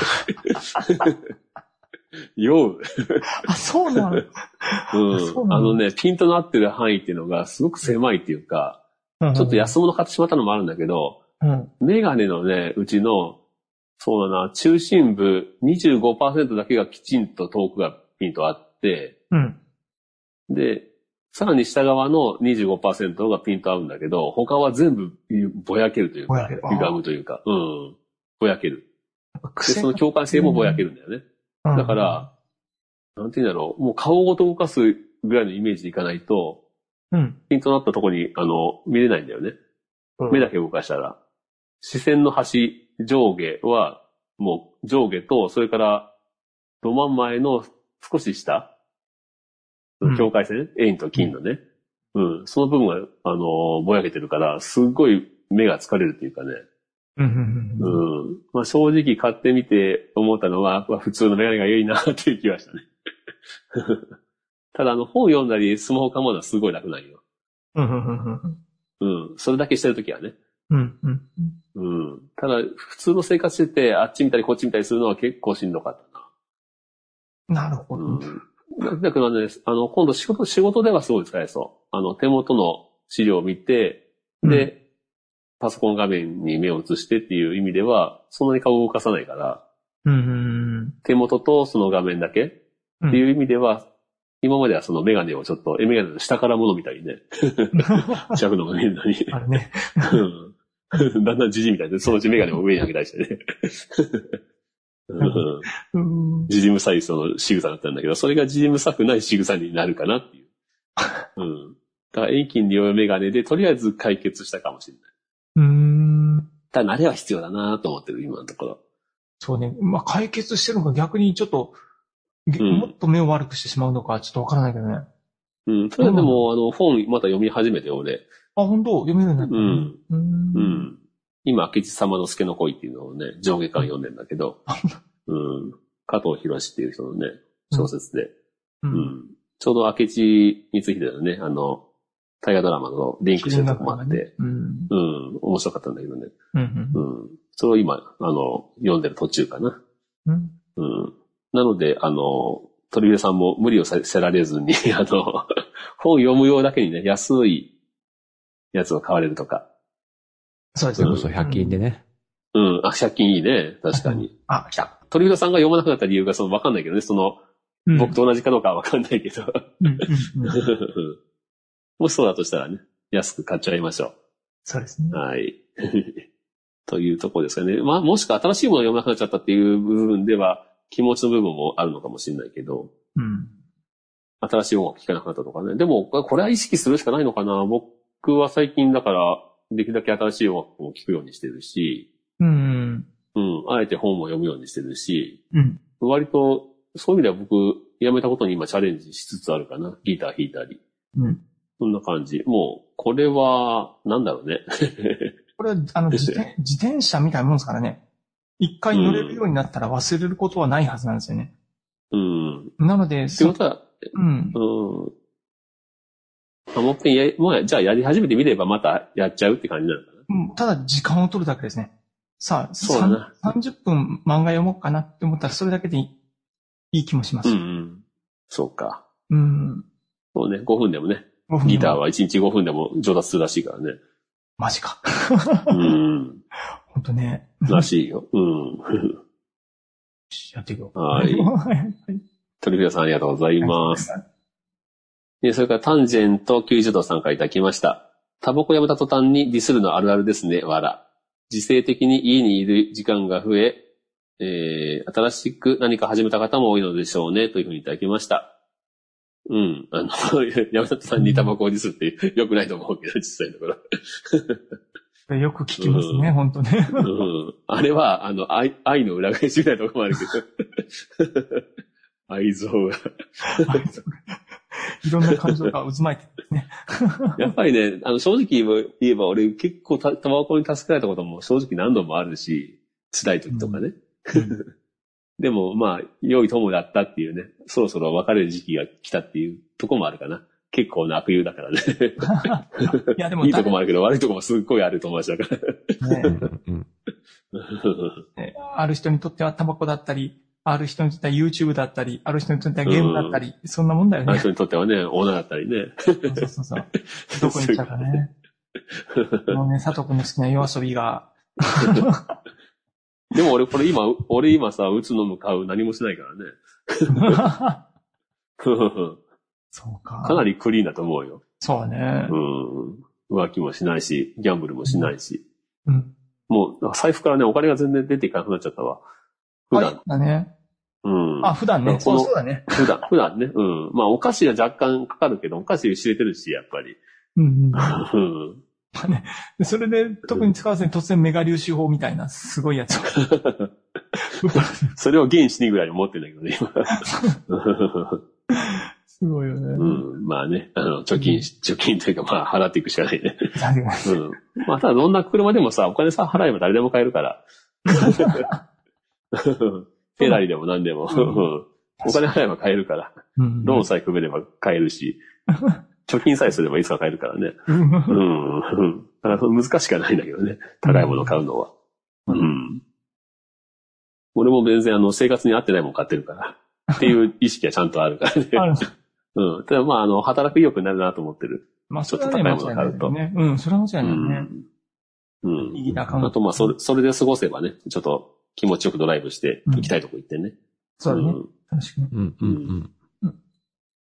酔う。 あ、そうなの、 うん。あのね、ピントの合ってる範囲っていうのがすごく狭いっていうか、うん、ちょっと安物買ってしまったのもあるんだけど、うん、メガネのね、うちの、そうだな、中心部 にじゅうごパーセント だけがきちんと遠くがピントあって、うん、で、さらに下側の にじゅうごパーセント がピント合うんだけど、他は全部ぼやけるというか、歪むというか、うん、ぼやける。で、その共感性もぼやけるんだよね。うん、だから、なんて言うんだろう、もう顔ごと動かすぐらいのイメージでいかないと、うん、ピントのあったところに、あの、見れないんだよね。うん、目だけ動かしたら。視線の端、上下は、もう上下と、それから、ど真ん前の少し下、うん、境界線、円と金のね、うん、その部分が、あの、ぼやけてるから、すっごい目が疲れるっていうかね。うん、まあ正直買ってみて思ったのは、普通のメガネがいいなっていう気がしたね。ただあの本読んだりスマホかむのはすごい楽なんよ。うん、それだけしてるときはね。うんうん、ただ普通の生活しててあっち見たりこっち見たりするのは結構しんどかったな。なるほど。うん、 だけどね、あの今度仕事仕事ではすごい使えそう。あの手元の資料を見てで。うんパソコン画面に目を移してっていう意味では、そんなに顔を動かさないから、うん、手元とその画面だけっていう意味では、うん、今まではそのメガネをちょっと、絵メガネの下からものみたいにね、近くのが見えるのに、あれね、だんだんジジイみたいで、そのうちメガネを上に上げたりしてね。ジジムサイその仕草だったんだけど、それがジジムサくない仕草になるかなっていう。うん、だから遠近療養メガネでとりあえず解決したかもしれない。うーん。ただ慣れは必要だなと思ってる、今のところ。 そうね。まあ、解決してるのか逆にちょっと、うん、もっと目を悪くしてしまうのかちょっとわからないけどね。 うん。それでも、あの、本また読み始めてよ、俺。 あ、本当読めるようになった、ね。うん。 うん。うん。今、明智様の助の恋っていうのをね、上下巻読んでんだけど、うん。加藤博士っていう人のね、小説で。うん。うん、ちょうど明智光秀のね、あの、大河ドラマのリンクしてるとこもあって、ね、うん、うん、面白かったんだけどね。うんうんうん、それを今、あの、読んでる途中かな。うんうん、なので、あの、鳥部さんも無理をせられずに、あの、本読む用だけにね、安いやつを買われるとか。 そうですね。 それこそひゃく均でね。 うん、あ、ひゃく均いいね。確かに。 あ、来た。 鳥部さんが読まなくなった理由がそのわかんないけどね、その、うん、僕と同じかどうかはわかんないけど。うんうんうんもしそうだとしたらね、安く買っちゃいましょう。 そうですね。 はい。というところですかね。まあ、もしくは新しいものを読まなくなっちゃったっていう部分では、気持ちの部分もあるのかもしれないけど、うん、新しい音楽聴かなくなったとかね。でも、これは意識するしかないのかな。僕は最近だから、できるだけ新しい音楽を聴くようにしてるし、うん、うん、あえて本も読むようにしてるし、うん、割と、そういう意味では僕、やめたことに今チャレンジしつつあるかな。ギター弾いたり。うんそんな感じ。もう、これは、なんだろうね。 これは、あの自転、自転車みたいなもんですからね。一回乗れるようになったら忘れることはないはずなんですよね。うん。なので、 ってことは、うん。うん。 あ、もう一遍や、もうじゃあやり始めてみればまたやっちゃうって感じなのかな。 うん、ただ時間を取るだけですね。さあ、 そうだな。 さんじゅっぷん漫画読もうかなって思ったらそれだけでいい、いい気もします。 うんうん。そうか。 うん。 そうね、ごふんでもね。 ごふんでもギターはいちにちごふんでも上達するらしいからね。 マジか。 うん。 ほんとね。 らしいよ。うん。 やっていこう。 はい。鳥平さんありがとうございます。で、それからタンジェントきゅうじゅうどさんからいただきました。タバコやめた途端にディスるのあるあるですね、わら。自制的に家にいる時間が増え、えー、新しく何か始めた方も多いのでしょうね、というふうにいただきました。うん。あの、やめた途端にタバコをディスるって良くないと思うけど、実際のところ。 よく聞きますね、うん、本当ね、 うん。あれは、あの、愛、愛の裏返しみたいなところもあるけど。愛憎が。 いろんな感情が渦巻いてるんですね。 やっぱりね、あの、正直言えば俺結構タバコに助けられたことも正直何度もあるし、辛い時とかね。うん、でも、まあ、良い友だったっていうね、そろそろ別れる時期が来たっていうとこもあるかな。結構な悪友だからね。いや、でも、いいとこもあるけど、悪いとこもすっごいある友達だから。ねね、ある人にとってはタバコだったり、ある人にとっては YouTube だったり、ある人にとってはゲームだったり、うん、そんなもんだよね。 ある人にとってはね、女だったりね。 そうそうそう。どこに行っちゃうかね。もうね、佐藤くんの好きな夜遊びが。 でも俺、これ今、俺今さ、打つの向かう何もしないからね。 そうか。 かなりクリーンだと思うよ。 そうね。 うん。浮気もしないし、ギャンブルもしないし。 うん。 もう、財布からね、お金が全然出ていかなくなっちゃったわ。普段。 だね。 うん。 あ、普段ね。そうそうだね。 普段、普段ね。うん。まあ、お菓子が若干かかるけど、お菓子知れてるし、やっぱり。 うんうん。うん。 まあね。それで、特に使わずに突然メガ粒子法みたいな、すごいやつ。 それを原子にぐらいに持ってんだけどね、今。 すごいよね。 うん。まあね、あの、貯金、貯金というか、まあ、払っていくしかないね。うん。まあ、ただどんな車でもさ、お金さ、払えば誰でも買えるから。フェラリでも何でも。うん、お金払えば買えるから。うん、ローンさえ組めれば買えるし。貯金さえすればいつか買えるからね。うん。うん。だから難しくはないんだけどね。高いものを買うのは。うん。うん、俺も全然あの、生活に合ってないもの買ってるから。っていう意識はちゃんとあるからね。ある。うん。ただまあ、あの、働く意欲になるなと思ってる。 まあ、 ちょっと高いものを買うと。 ね、うん、それは間違いないね。 うん。うん。あとまあ、それ、それで過ごせばね、ちょっと気持ちよくドライブして行きたいとこ行ってね。うん、 そうだね。確かに。 うん、うん、うん。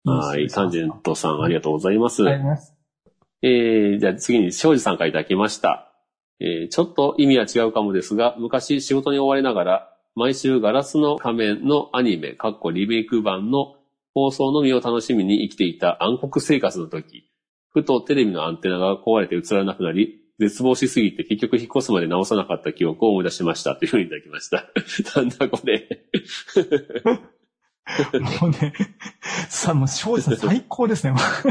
はい。タンジェントさん、ありがとうございます。ありがとうございます。えー、じゃあ次に、庄司さんからいただきました。えー、ちょっと意味は違うかもですが、昔仕事に追われながら、毎週ガラスの仮面のアニメ、かっこリメイク版の放送のみを楽しみに生きていた暗黒生活の時、ふとテレビのアンテナが壊れて映らなくなり、絶望しすぎて結局引っ越すまで直さなかった記憶を思い出しましたというふうにいただきました。なんだこれ。 もうね、さ、もう庄司さん最高ですね。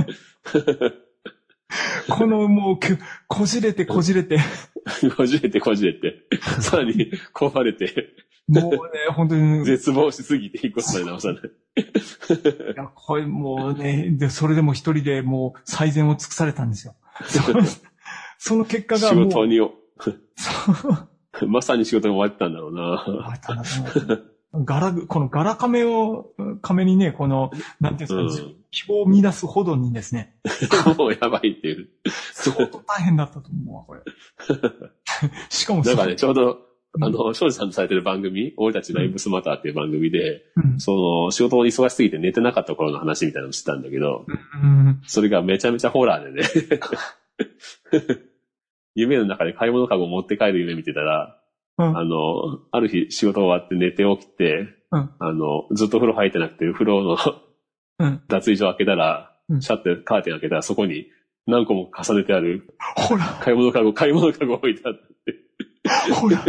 このもう、こじれてこじれて。 こじれてこじれて。さらに壊れて。 もうね、本当に。 絶望しすぎて引っ越すまで直さない。 いや、これもうね、で、それでも一人でもう最善を尽くされたんですよ。その結果がもう。 仕事にを。まさに仕事が終わったんだろうな。終わったんだと思う。 ガラ、このガラカメを、カメにね、この、なんていうんですか、うん、希望を見出すほどにですね。 もうやばいっていう。 相当大変だったと思うわ、これ。しかもなんかね、ちょうど、あの、庄司さんとされてる番組、俺たちライブスマターっていう番組で、うん、その、仕事を忙しすぎて寝てなかった頃の話みたいなのをしてたんだけど、うん、それがめちゃめちゃホラーでね。夢の中で買い物かごを持って帰る夢見てたら、うん、あの、ある日仕事終わって寝て起きて、うん、あの、ずっと風呂入ってなくて、風呂の、うん、脱衣所開けたら、うん、シャッてカーテン開けたらそこに何個も重ねてある、 ほら、 買い物かご、買い物かご置いてあって。 ほら。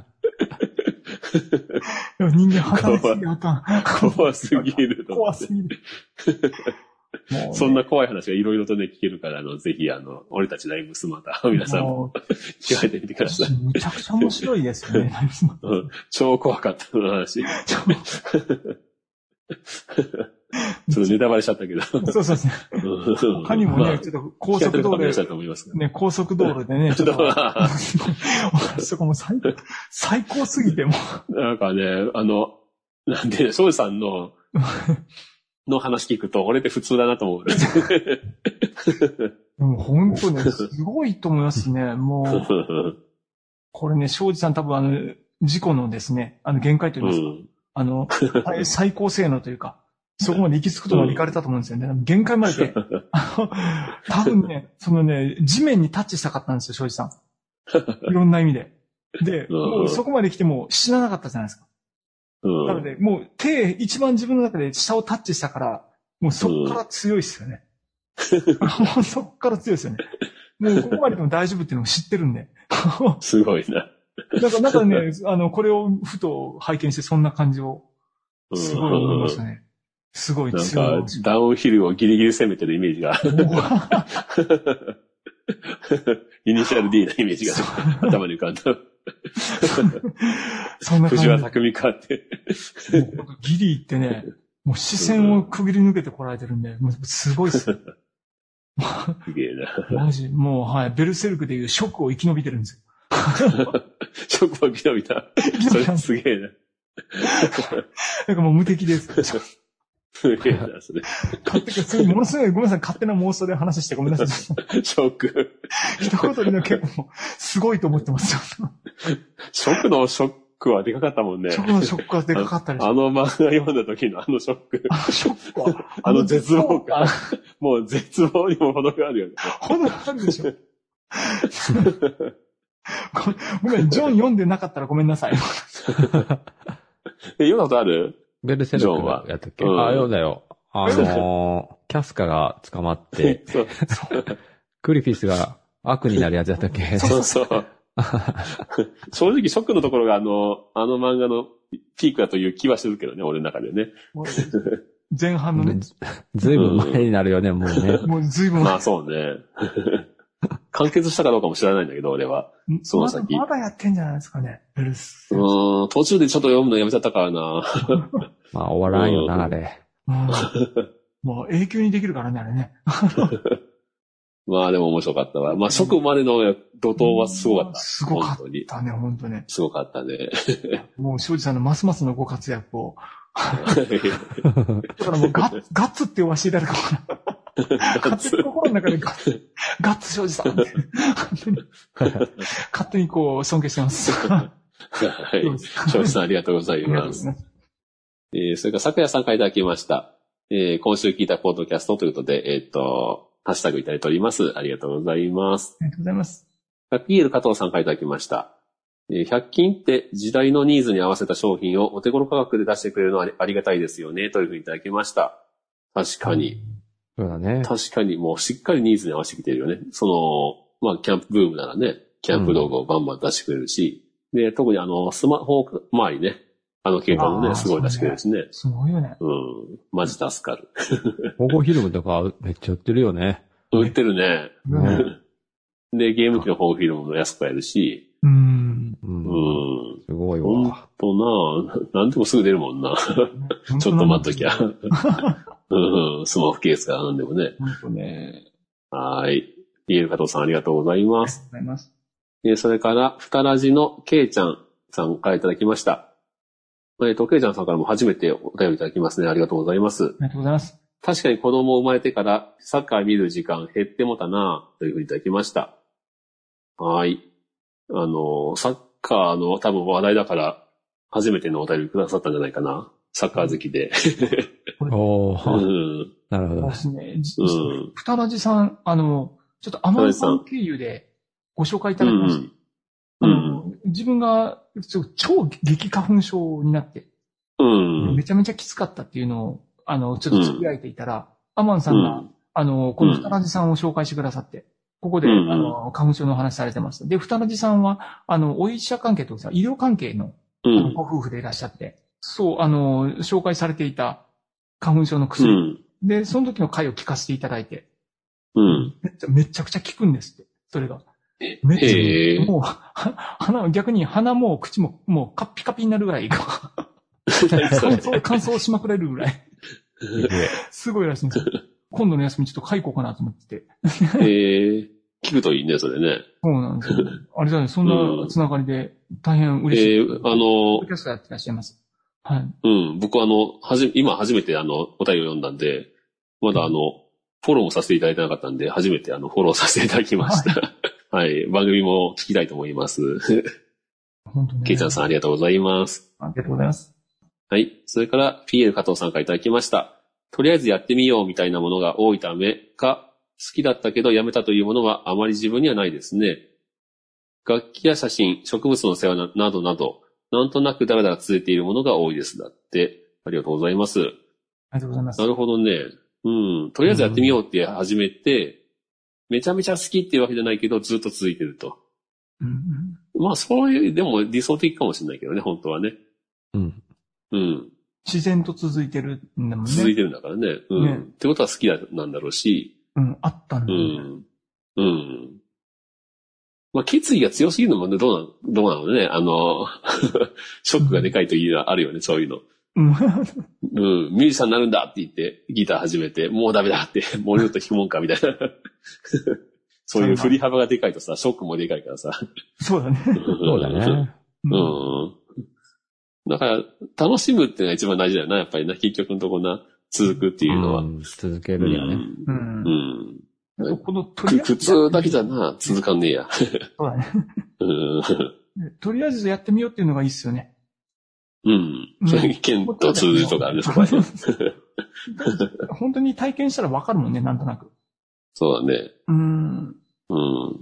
人間働きすぎあかん。 怖すぎると。 怖すぎる。 ね、そんな怖い話がいろいろとね、聞けるから、あの、ぜひ、あの、俺たちライブスマター、皆さんも聞かれてみてください。 むちゃくちゃ面白いですよね、ライブスマター。 うん、超怖かったの話。 ちょっとネタバレしちゃったけど。 そうそうですね。他にもね、ちょっと高速道路で、ね、高速道路でね、ちょっと、そこも最高、最高すぎても。 なんかね、あの、なんで、庄司さんの、の話聞くと、俺って普通だなと思う。 でも本当ね、すごいと思いますね。もう、これね、庄司さん多分あの、事故のですね、あの限界といいますか、うん、あの、最高性能というか、そこまで行き着くとまで行かれたと思うんですよね。限界までで、あの、多分ね、そのね、地面にタッチしたかったんですよ、庄司さん。いろんな意味で。で、もうそこまで来ても死ななかったじゃないですか。なので、もう手、一番自分の中で下をタッチしたから、もうそこから強いですよね。もうそこから強いですよね。もうここまででも大丈夫っていうのを知ってるんで。 すごいな。 だから、なんかね、あの、これをふと拝見してそんな感じを、すごい思いましたね。すごい強い。 なんか、ダウンヒルをギリギリ攻めてるイメージが。イニシャル D のイメージが頭に浮かんだ。 そんな感じ。 藤原匠かって。 ギリってね、もう視線をくぐり抜けてこられてるんで、もうすごいっすよ。 すげえな。 マジ、もう、はい、ベルセルクでいうショックを生き延びてるんですよ。 ショックを生き延びた。それすげえな。 なんかもう無敵です。 すげえな、それ。 勝手すごい、ものすごい、ごめんなさい、勝手な妄想で話してごめんなさい。ショック。 一言での結構、すごいと思ってますよ。 ショックのショックはでかかったもんね。 ショックのショックはでかかったです。 あの漫画読んだ時のあのショック。 あのショックはあの絶望感。もう絶望にも程があるよね。 程があるでしょ。ごめん、ジョン読んでなかったらごめんなさい。 え、読んだことある？ ベルセルクはやったっけ、うん、あ、読んだよ。あのー、キャスカが捕まって、そうクリフィスが悪になるやつやったっけそうそう。正直ショックのところがあの、あの漫画のピークだという気はするけどね、俺の中でね。 前半のね。 ずいぶん前になるよね、うん、もうね。 もうずいぶん前。 まあそうね。完結したかどうかも知らないんだけど、俺は。その先。 まだやってんじゃないですかね、ベルス。 うん、途中でちょっと読むのやめちゃったからな。 まあ終わらんよな、あれ。 うん、もう永久にできるからね、あれね。 まあでも面白かったわ。まあ、初までの怒涛はすごかった。 すごかったね、本当ね。 すごかったね。 もう、庄司さんのますますのご活躍を。だからもうガッ、ガッツって呼ばせていただこうかな。勝手に心の中でガッツ、ガッツ庄司さんって。勝手にこう、尊敬してます。 はい。庄司さんありがとうございます。えー、それから昨夜さんからいただきました。えー、今週聞いたポッドキャストということで、えっと、ハッシュタグいただいております。ありがとうございます。 ありがとうございます。 ピーエル 加藤さんからいただきました。えー、ひゃく均って時代のニーズに合わせた商品をお手頃価格で出してくれるのはありがたいですよね、というふうにいただきました。確かに。 そうだね。 確かにもうしっかりニーズに合わせてきてるよね。その、まあ、キャンプブームならね、キャンプ道具をバンバン出してくれるし、うん、で、特にあの、スマホ周りね、あの系統もね、すごい出してくれるしね。 すごいよね。 うん。マジ助かる。 保護フィルムとかめっちゃ売ってるよね。 売ってるね。ねで、ゲーム機の保護フィルムも安く買えるし。 うん。 うん。 すごいわ。 ほんとな、なんでもすぐ出るもんな。ちょっと待っときゃ。うん。スマホケースからなんでもね。 ほんとね。 はい。ピーエル 加藤さんありがとうございます。 ありがとうございます。 えそれから、ふたらじのけいちゃんさんからいただきました。えっと、けいちゃんさんからも初めてお便りいただきますね。ありがとうございます。 ありがとうございます。 確かに子供生まれてからサッカー見る時間減ってもたなというふうにいただきました。はい。あの、サッカーの多分話題だから初めてのお便りくださったんじゃないかな。サッカー好きで。 おー。 うん、 なるほど。 ですね。うん。ふたらじさん、あの、ちょっとアマゾン経由でご紹介いただきました。うんうん、あの自分が超激花粉症になって、うん、めちゃめちゃきつかったっていうのを、あの、ちょっとつぶやいていたら、うん、アマンさんが、うん、あの、このふたらじさんを紹介してくださって、ここで、うん、あの、花粉症のお話されてます。で、ふたらじさんは、あの、お医者関係とか、医療関係の、うん、ご夫婦でいらっしゃって、そう、あの、紹介されていた花粉症の薬、うん、で、その時の回を聞かせていただいて、うん、めっちゃ、めちゃくちゃ効くんですって、それが。めっちゃ、もう、鼻、逆に鼻も口も、もうカッピカピになるぐらい。 乾燥、乾燥しまくれるぐらい。すごいらしいんですよ。今度の休みちょっと書いこうかなと思ってて。 ええー、聞くといいね、それね。 そうなんですよ。あれじゃない、そんなつながりで大変嬉しい。 えー、あの、 ポッドキャストやってらっしゃいます。はい。 うん、僕はあの、はじ、今初めてあの、お便りを読んだんで、まだあの、フォローもさせていただいてなかったんで、初めてあの、フォローさせていただきました。はい、はい。番組も聞きたいと思います。 本当ね。 ケイちゃんさんありがとうございます。 ありがとうございます。 はい。それから、ピーエル 加藤さんからいただきました。とりあえずやってみようみたいなものが多いためか、好きだったけどやめたというものはあまり自分にはないですね。楽器や写真、植物の世話などなど、なんとなくだらだら続いているものが多いです。だって。ありがとうございます。 ありがとうございます。 なるほどね。うん。とりあえずやってみようって始めて、めちゃめちゃ好きっていうわけじゃないけど、ずっと続いてると。 うんうん、 まあ、そういう、でも理想的かもしれないけどね、本当はね。 うん。 うん。 自然と続いてるんだもんね。 続いてるんだからね。うん。ね、ってことは好きなんだろうし。 うん、あったんだ、ね。 うん。うん。まあ、決意が強すぎるのもね、どうな、どうなのね。あの、ショックがでかいというのはあるよね、そういうの。うん。うん。ミュージシャンになるんだって言って、ギター始めて、もうダメだって、もう二度と弾くもんか、みたいな。そういう振り幅がでかいとさ、ショックもでかいからさ。 そうだね。 そうだね。 うん。だから、楽しむっていうのが一番大事だよな、やっぱりな。結局のところな、続くっていうのは。 うん、続けるにはね。 うん。うんうん、このとりあえず苦痛だけじゃな、続かんねえや。 そうだね。うん。とりあえずやってみようっていうのがいいっすよね。 うん。それ、剣と通ずるとかあるね、そこは。 本当に体験したらわかるもんね、なんとなく。 そうだね。 うん。 うん。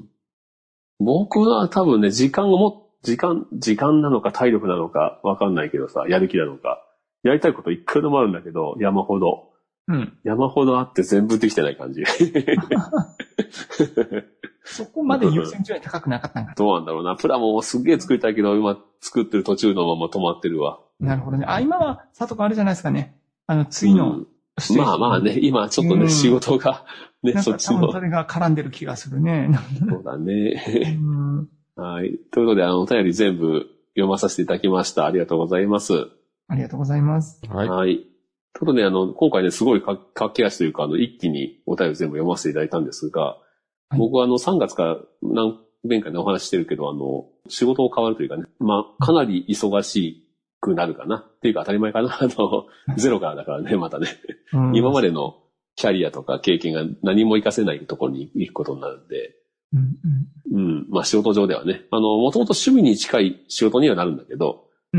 僕は多分ね、時間をも、時間、時間なのか体力なのかわかんないけどさ、やる気なのか。やりたいこといくらでもあるんだけど、山ほど。 うん。 山ほどあって全部できてない感じ。 そこまで優先順位高くなかったんか。 どうなんだろうな。プラモをすっげえ作りたいけど、今作ってる途中のまま止まってるわ。 なるほどね。あ、今は、佐藤君あれじゃないですかね。あの、次の、うん、 まあまあね、今ちょっとね、うん、仕事が、ね、そっちの。 多分それが絡んでる気がするね。 そうだね。 うん、 はい。ということで、あの、お便り全部読まさせていただきました。ありがとうございます。 ありがとうございます。 はい。はいちょっとね、あの、今回ね、すごい駆け足というか、あの、一気にお便り全部読ませていただいたんですが、はい、僕はあの、さんがつから何遍かね、お話してるけど、あの、仕事を変わるというかね、まあ、かなり忙しくなるかな。っていうか当たり前かな。あの、ゼロからだからね、またね。うん、今までのキャリアとか経験が何も活かせないところに行くことになるんで、 うんうん、うん。まあ、仕事上ではね、あの、もともと趣味に近い仕事にはなるんだけど、 うん。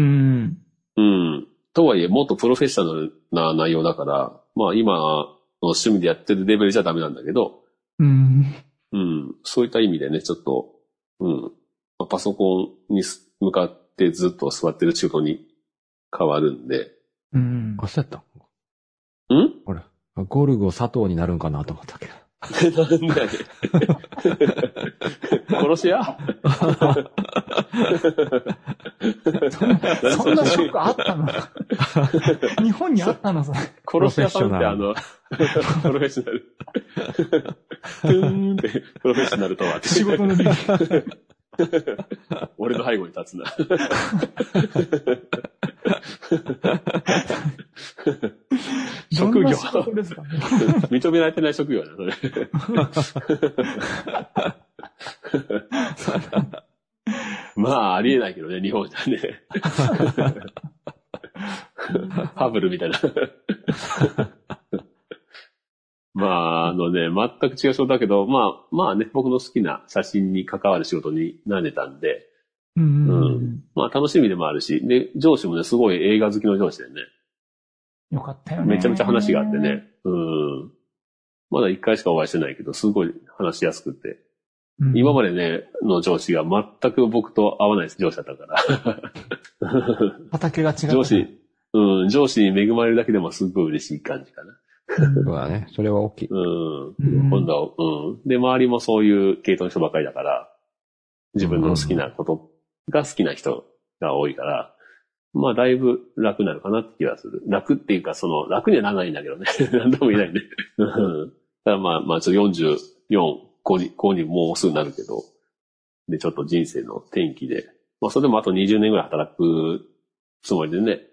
うんとはいえ、もっとプロフェッショナルな内容だから、まあ今の趣味でやってるレベルじゃダメなんだけど、 うん。 うん。そういった意味でね、ちょっと、うん。パソコンに向かってずっと座ってる仕事に変わるんで。 うん。 あ、そうやったんほら、ゴルゴ佐藤になるんかなと思ったけど。 なんだよね。殺し屋そんな、そんなショックあったの日本にあったのさ。 殺し屋さんってあの、プロフェッショナル。トゥーンって、プロフェッショナルとは。 仕事の理由。 俺の背後に立つな。職業。認められてない職業だ、それ。まあ、ありえないけどね、日本じゃね。ファブルみたいな。まあ、あのね、全く違う仕事だけど、まあ、まあね、僕の好きな写真に関わる仕事になれたんで、 うん、 うん。まあ、楽しみでもあるし、で、上司もね、すごい映画好きの上司でね。 よかったよね。 めちゃめちゃ話があってね。うん。まだ一回しかお会いしてないけど、すごい話しやすくて。うん、今までね、の上司が全く僕と合わない上司だったから。 畑が違う。 上司、うん、上司に恵まれるだけでもすごい嬉しい感じかな。 そうだね。それは大きい。 うん。今度は、うん。で、周りもそういう系統の人ばかりだから、自分の好きなことが好きな人が多いから、まあ、だいぶ楽になるかなって気がする。楽っていうか、その、楽にはならないんだけどね。なんとも言えないね。だからまあ、まあ、ちょっとよんじゅうよん、ごに、ごにもうすぐなるけど、で、ちょっと人生の転機で、まあ、それでもあとにじゅうねんぐらい働くつもりでね。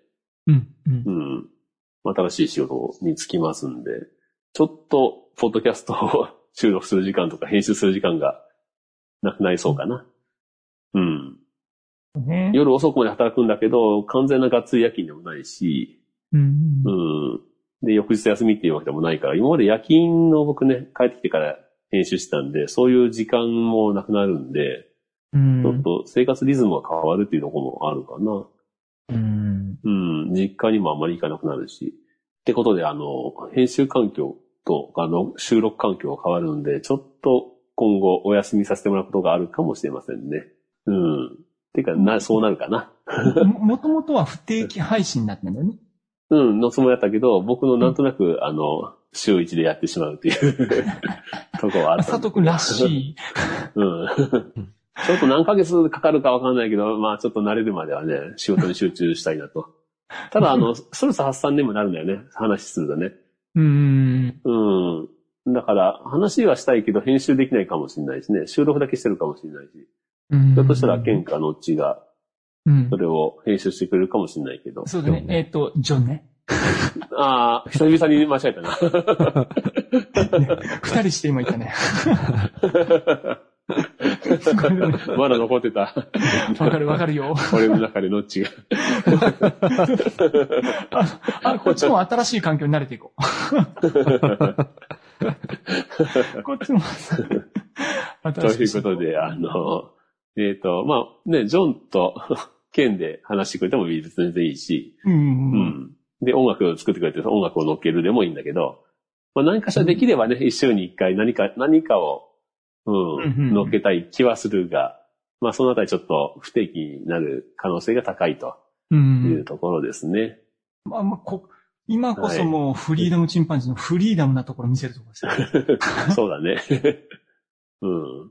うん。うん。 うん。新しい仕事に就きますんで、ちょっと、ポッドキャストを収録する時間とか編集する時間がなくなりそうかな。うん。 ね、 夜遅くまで働くんだけど、完全ながっつり夜勤でもないし、 うん。 うん。で、翌日休みっていうわけでもないから、今まで夜勤の僕ね、帰ってきてから編集してたんで、そういう時間もなくなるんで、 うん、 ちょっと生活リズムが変わるっていうところもあるかな。 うん。 うん。実家にもあんまり行かなくなるし。ってことで、あの、編集環境と、あの、収録環境が変わるんで、ちょっと今後お休みさせてもらうことがあるかもしれませんね。うん。っていうか、な、そうなるかな。 も、もともとは不定期配信だったんだよね。 うん、のつもりだったけど、僕のなんとなく、うん、あの、週一でやってしまうっていうとこはあった。 佐藤くんらしい。 うん。ちょっと何ヶ月かかるかわかんないけど、まあちょっと慣れるまではね、仕事に集中したいなと。ただ、あの、ストレス発散にもなるんだよね。話するとね。 うん。 うん。だから、話はしたいけど、編集できないかもしれないしね。収録だけしてるかもしれないし。 うん。 ひょっとしたら、ケンかノッチが、それを編集してくれるかもしれないけど。 うん、そうだね。えっ、ー、と、ジョンね。 ああ、久々に間違えたな。 二人して今言ったね。 まだ残ってた。 わかるわかるよ。 俺の中でノッチが。 ああ、こっちも新しい環境に慣れていこう。こっちも。 ということで、あの、えっ、ー、と、まあね、ジョンとケンで話してくれても全然いいし、 うんうんうんで、音楽を作ってくれて、音楽を乗っけるでもいいんだけど、まあ何かしらできればね、一週に一回何か、何かを、うん、乗っけたい気はするが、まあそのあたりちょっと不定期になる可能性が高いというところですね。 まあまあこ、今こそもうフリーダムチンパンジーのフリーダムなところ見せるところですね。 そうだね。うん。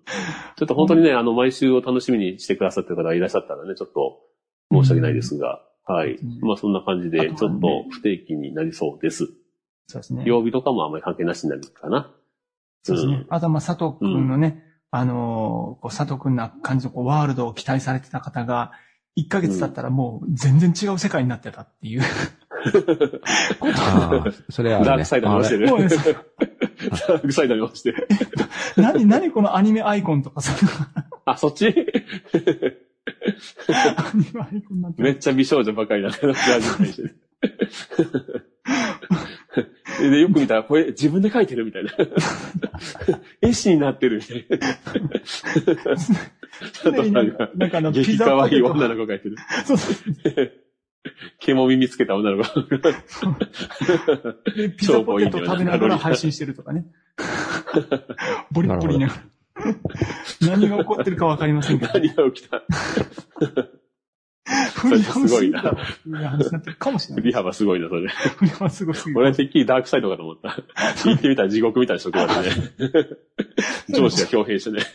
ちょっと本当にね、あの、毎週を楽しみにしてくださってる方がいらっしゃったらね、ちょっと申し訳ないですが、はい。まあそんな感じで、ちょっと不定期になりそうです。 そうですね。 曜日とかもあんまり関係なしになるかな。 そうですね。うん、あとはまあ佐藤くんのね、うん、あのー、こう佐藤くんな感じのこうワールドを期待されてた方が、いっかげつ経ったらもう全然違う世界になってたっていう。 あそれは、ね、 ダークサイドに落ちてる。ダークサイドに落ちてる。 何、何このアニメアイコンとかさ。 あ、そっちめっちゃ美少女ばかりだけど、ジャージに対して。で、よく見たら、これ自分で描いてるみたいな。絵師になってるみたいな。ちょっとなんか、なんかあの激可愛い女の子描いてる。そうそう。獣耳つけた女の子。 ピザポテト食べながら配信してるとかね。ボリッボリな。何が起こってるかわかりませんけど。 何が起きた振り幅すごいな。 振り幅すごいな、それ。 振り幅すごすぎる。 俺はてっきりダークサイドかと思った。聞いてみたら地獄みたいな職場でね。上司が強兵してね。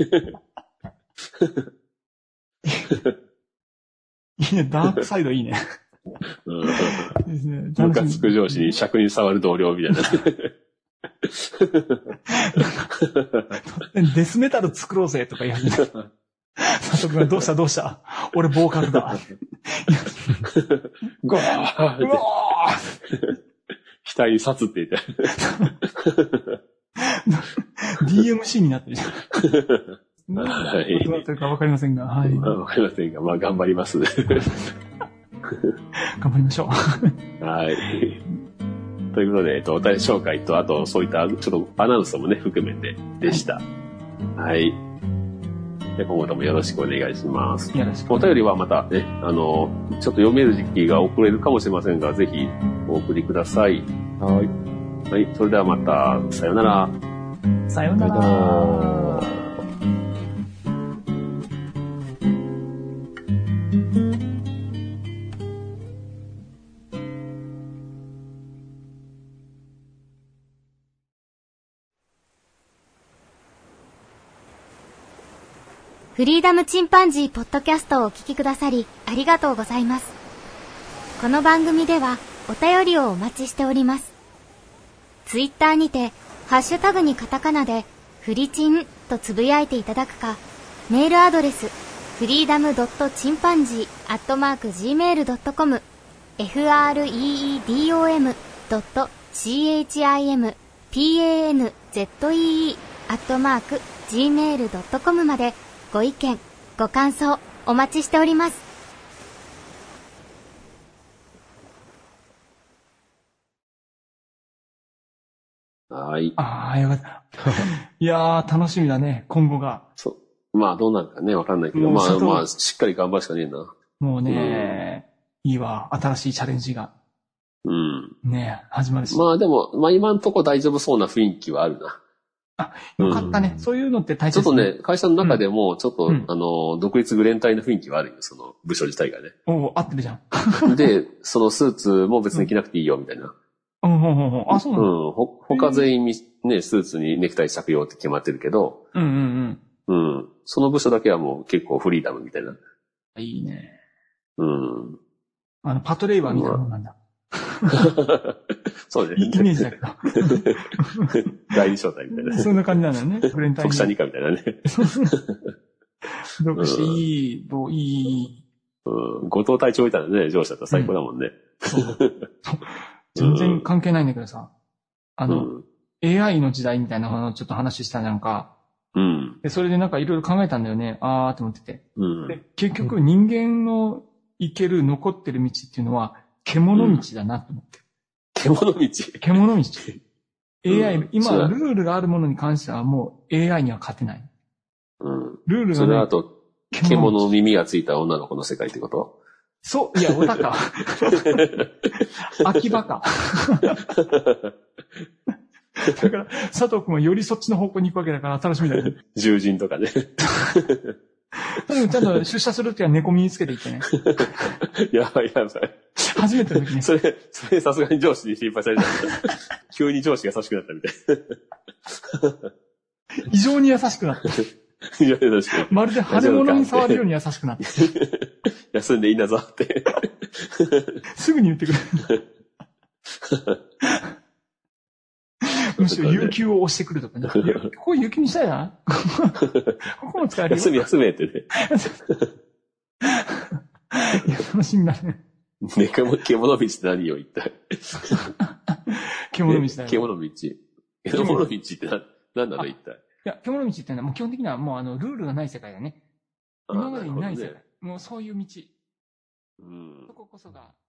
いいね、ダークサイドいいね。 うん。ムカつく上司に尺に触る同僚みたいな。 デスメタル作ろうぜとか言う。佐藤君がどうしたどうした俺ボーカルだ。 ゴーって。額に刺つって言って。 ディーエムシー になってるじゃん。 はい。 どうなってるかわかりませんが、はい。 わかりませんが、まあ頑張ります。 頑張りましょう。 はい。ということで、えっと、お便り紹介と、あと、そういった、ちょっとアナウンスもね、含めてでした。はい。はい、で今後ともよろしくお願いします。 よろしく。 お便りはまたね、あの、ちょっと読める時期が遅れるかもしれませんが、ぜひお送りください。 はい。 はい。それではまた、さようなら。 さようなら。 フリーダムチンパンジーポッドキャストをお聞きくださりありがとうございます。この番組ではお便りをお待ちしております。ツイッターにてハッシュタグにカタカナでフリチンとつぶやいていただくか、メールアドレスフリーダムドットチンパンジーアットマークジーメールドットコムフアールイーイーディーオーエムドットシーエイチアイエムピーエーエヌゼットイーイー アットマーク ジーメールドットコム までご意見、ご感想お待ちしております。 はい。 ああ、よかった。いやー、楽しみだね、今後が。 そう。まあ、どうなるかね、わかんないけど、まあ、まあ、しっかり頑張るしかねえな。 もうね、うん、いいわ、新しいチャレンジが。 うん。 ね始まるし。 まあでも、まあ今んとこ大丈夫そうな雰囲気はあるな。 あ、よかったね。うん、そういうのって大切、 ね、ちょっとね、会社の中でも、ちょっと、うん、あの、独立グレン隊の雰囲気はあるよ、その部署自体がね。 おお、合ってるじゃん。で、そのスーツも別に着なくていいよ、みたいな。 うん、うん、うん、うん。あ、そうなの？ うん。ほ、他全員ね、スーツにネクタイ着用って決まってるけど、 うんうんうん。うん。その部署だけはもう結構フリーダムみたいな。 いいね。 うん。 あの、パトレイバーみたいなもんなんだ。 そうね。 イメージだけど。 第二招待みたいな。 そんな感じなんだよね。グレンタイン。 特殊二課みたいなね。 どうしていい、どういい。 うん。後藤隊長いたらね、上司だったら最高だもんね。 うん、全然関係ないんだけどさ。あの、うん、エーアイ の時代みたいなのをちょっと話したじゃんか。 うん。 で、それでなんかいろいろ考えたんだよね。あーって思ってて。 うん。で、 結局人間の行ける残ってる道っていうのは、獣道だなと思って。 うん、獣道獣道。エーアイ、うん、今、ルールがあるものに関してはもう エーアイ には勝てない。 うん。 ルールがない。 それはあと、獣の耳がついた女の子の世界ってこと？ そう、いや、おたか。秋葉か。だから、佐藤くんはよりそっちの方向に行くわけだから楽しみだよね。 獣人とかね。 でもちゃんと出社するときは猫耳つけていってね。 やばいやばい。 初めての時に。 それ、それさすがに上司に心配された。急に上司が優しくなったみたい。 異常に優しくなった。 いや、確かに。 まるで腫れ物に触るように優しくなった。 休んでいいんだぞって。 すぐに言ってくれる。むしろ有給を押してくるとかね。ここ有給にしたいな。ここも使えるよ。 休み休めってね。 いや、楽しみだね。 ね、獣道って何よ、一体。 獣道だよ。 獣道。獣道ってな、なんだろう、一体。 いや、獣道ってのはもう基本的にはもうあの、ルールがない世界だね。今までにない世界。ね、もうそういう道。 うん。 そここそが、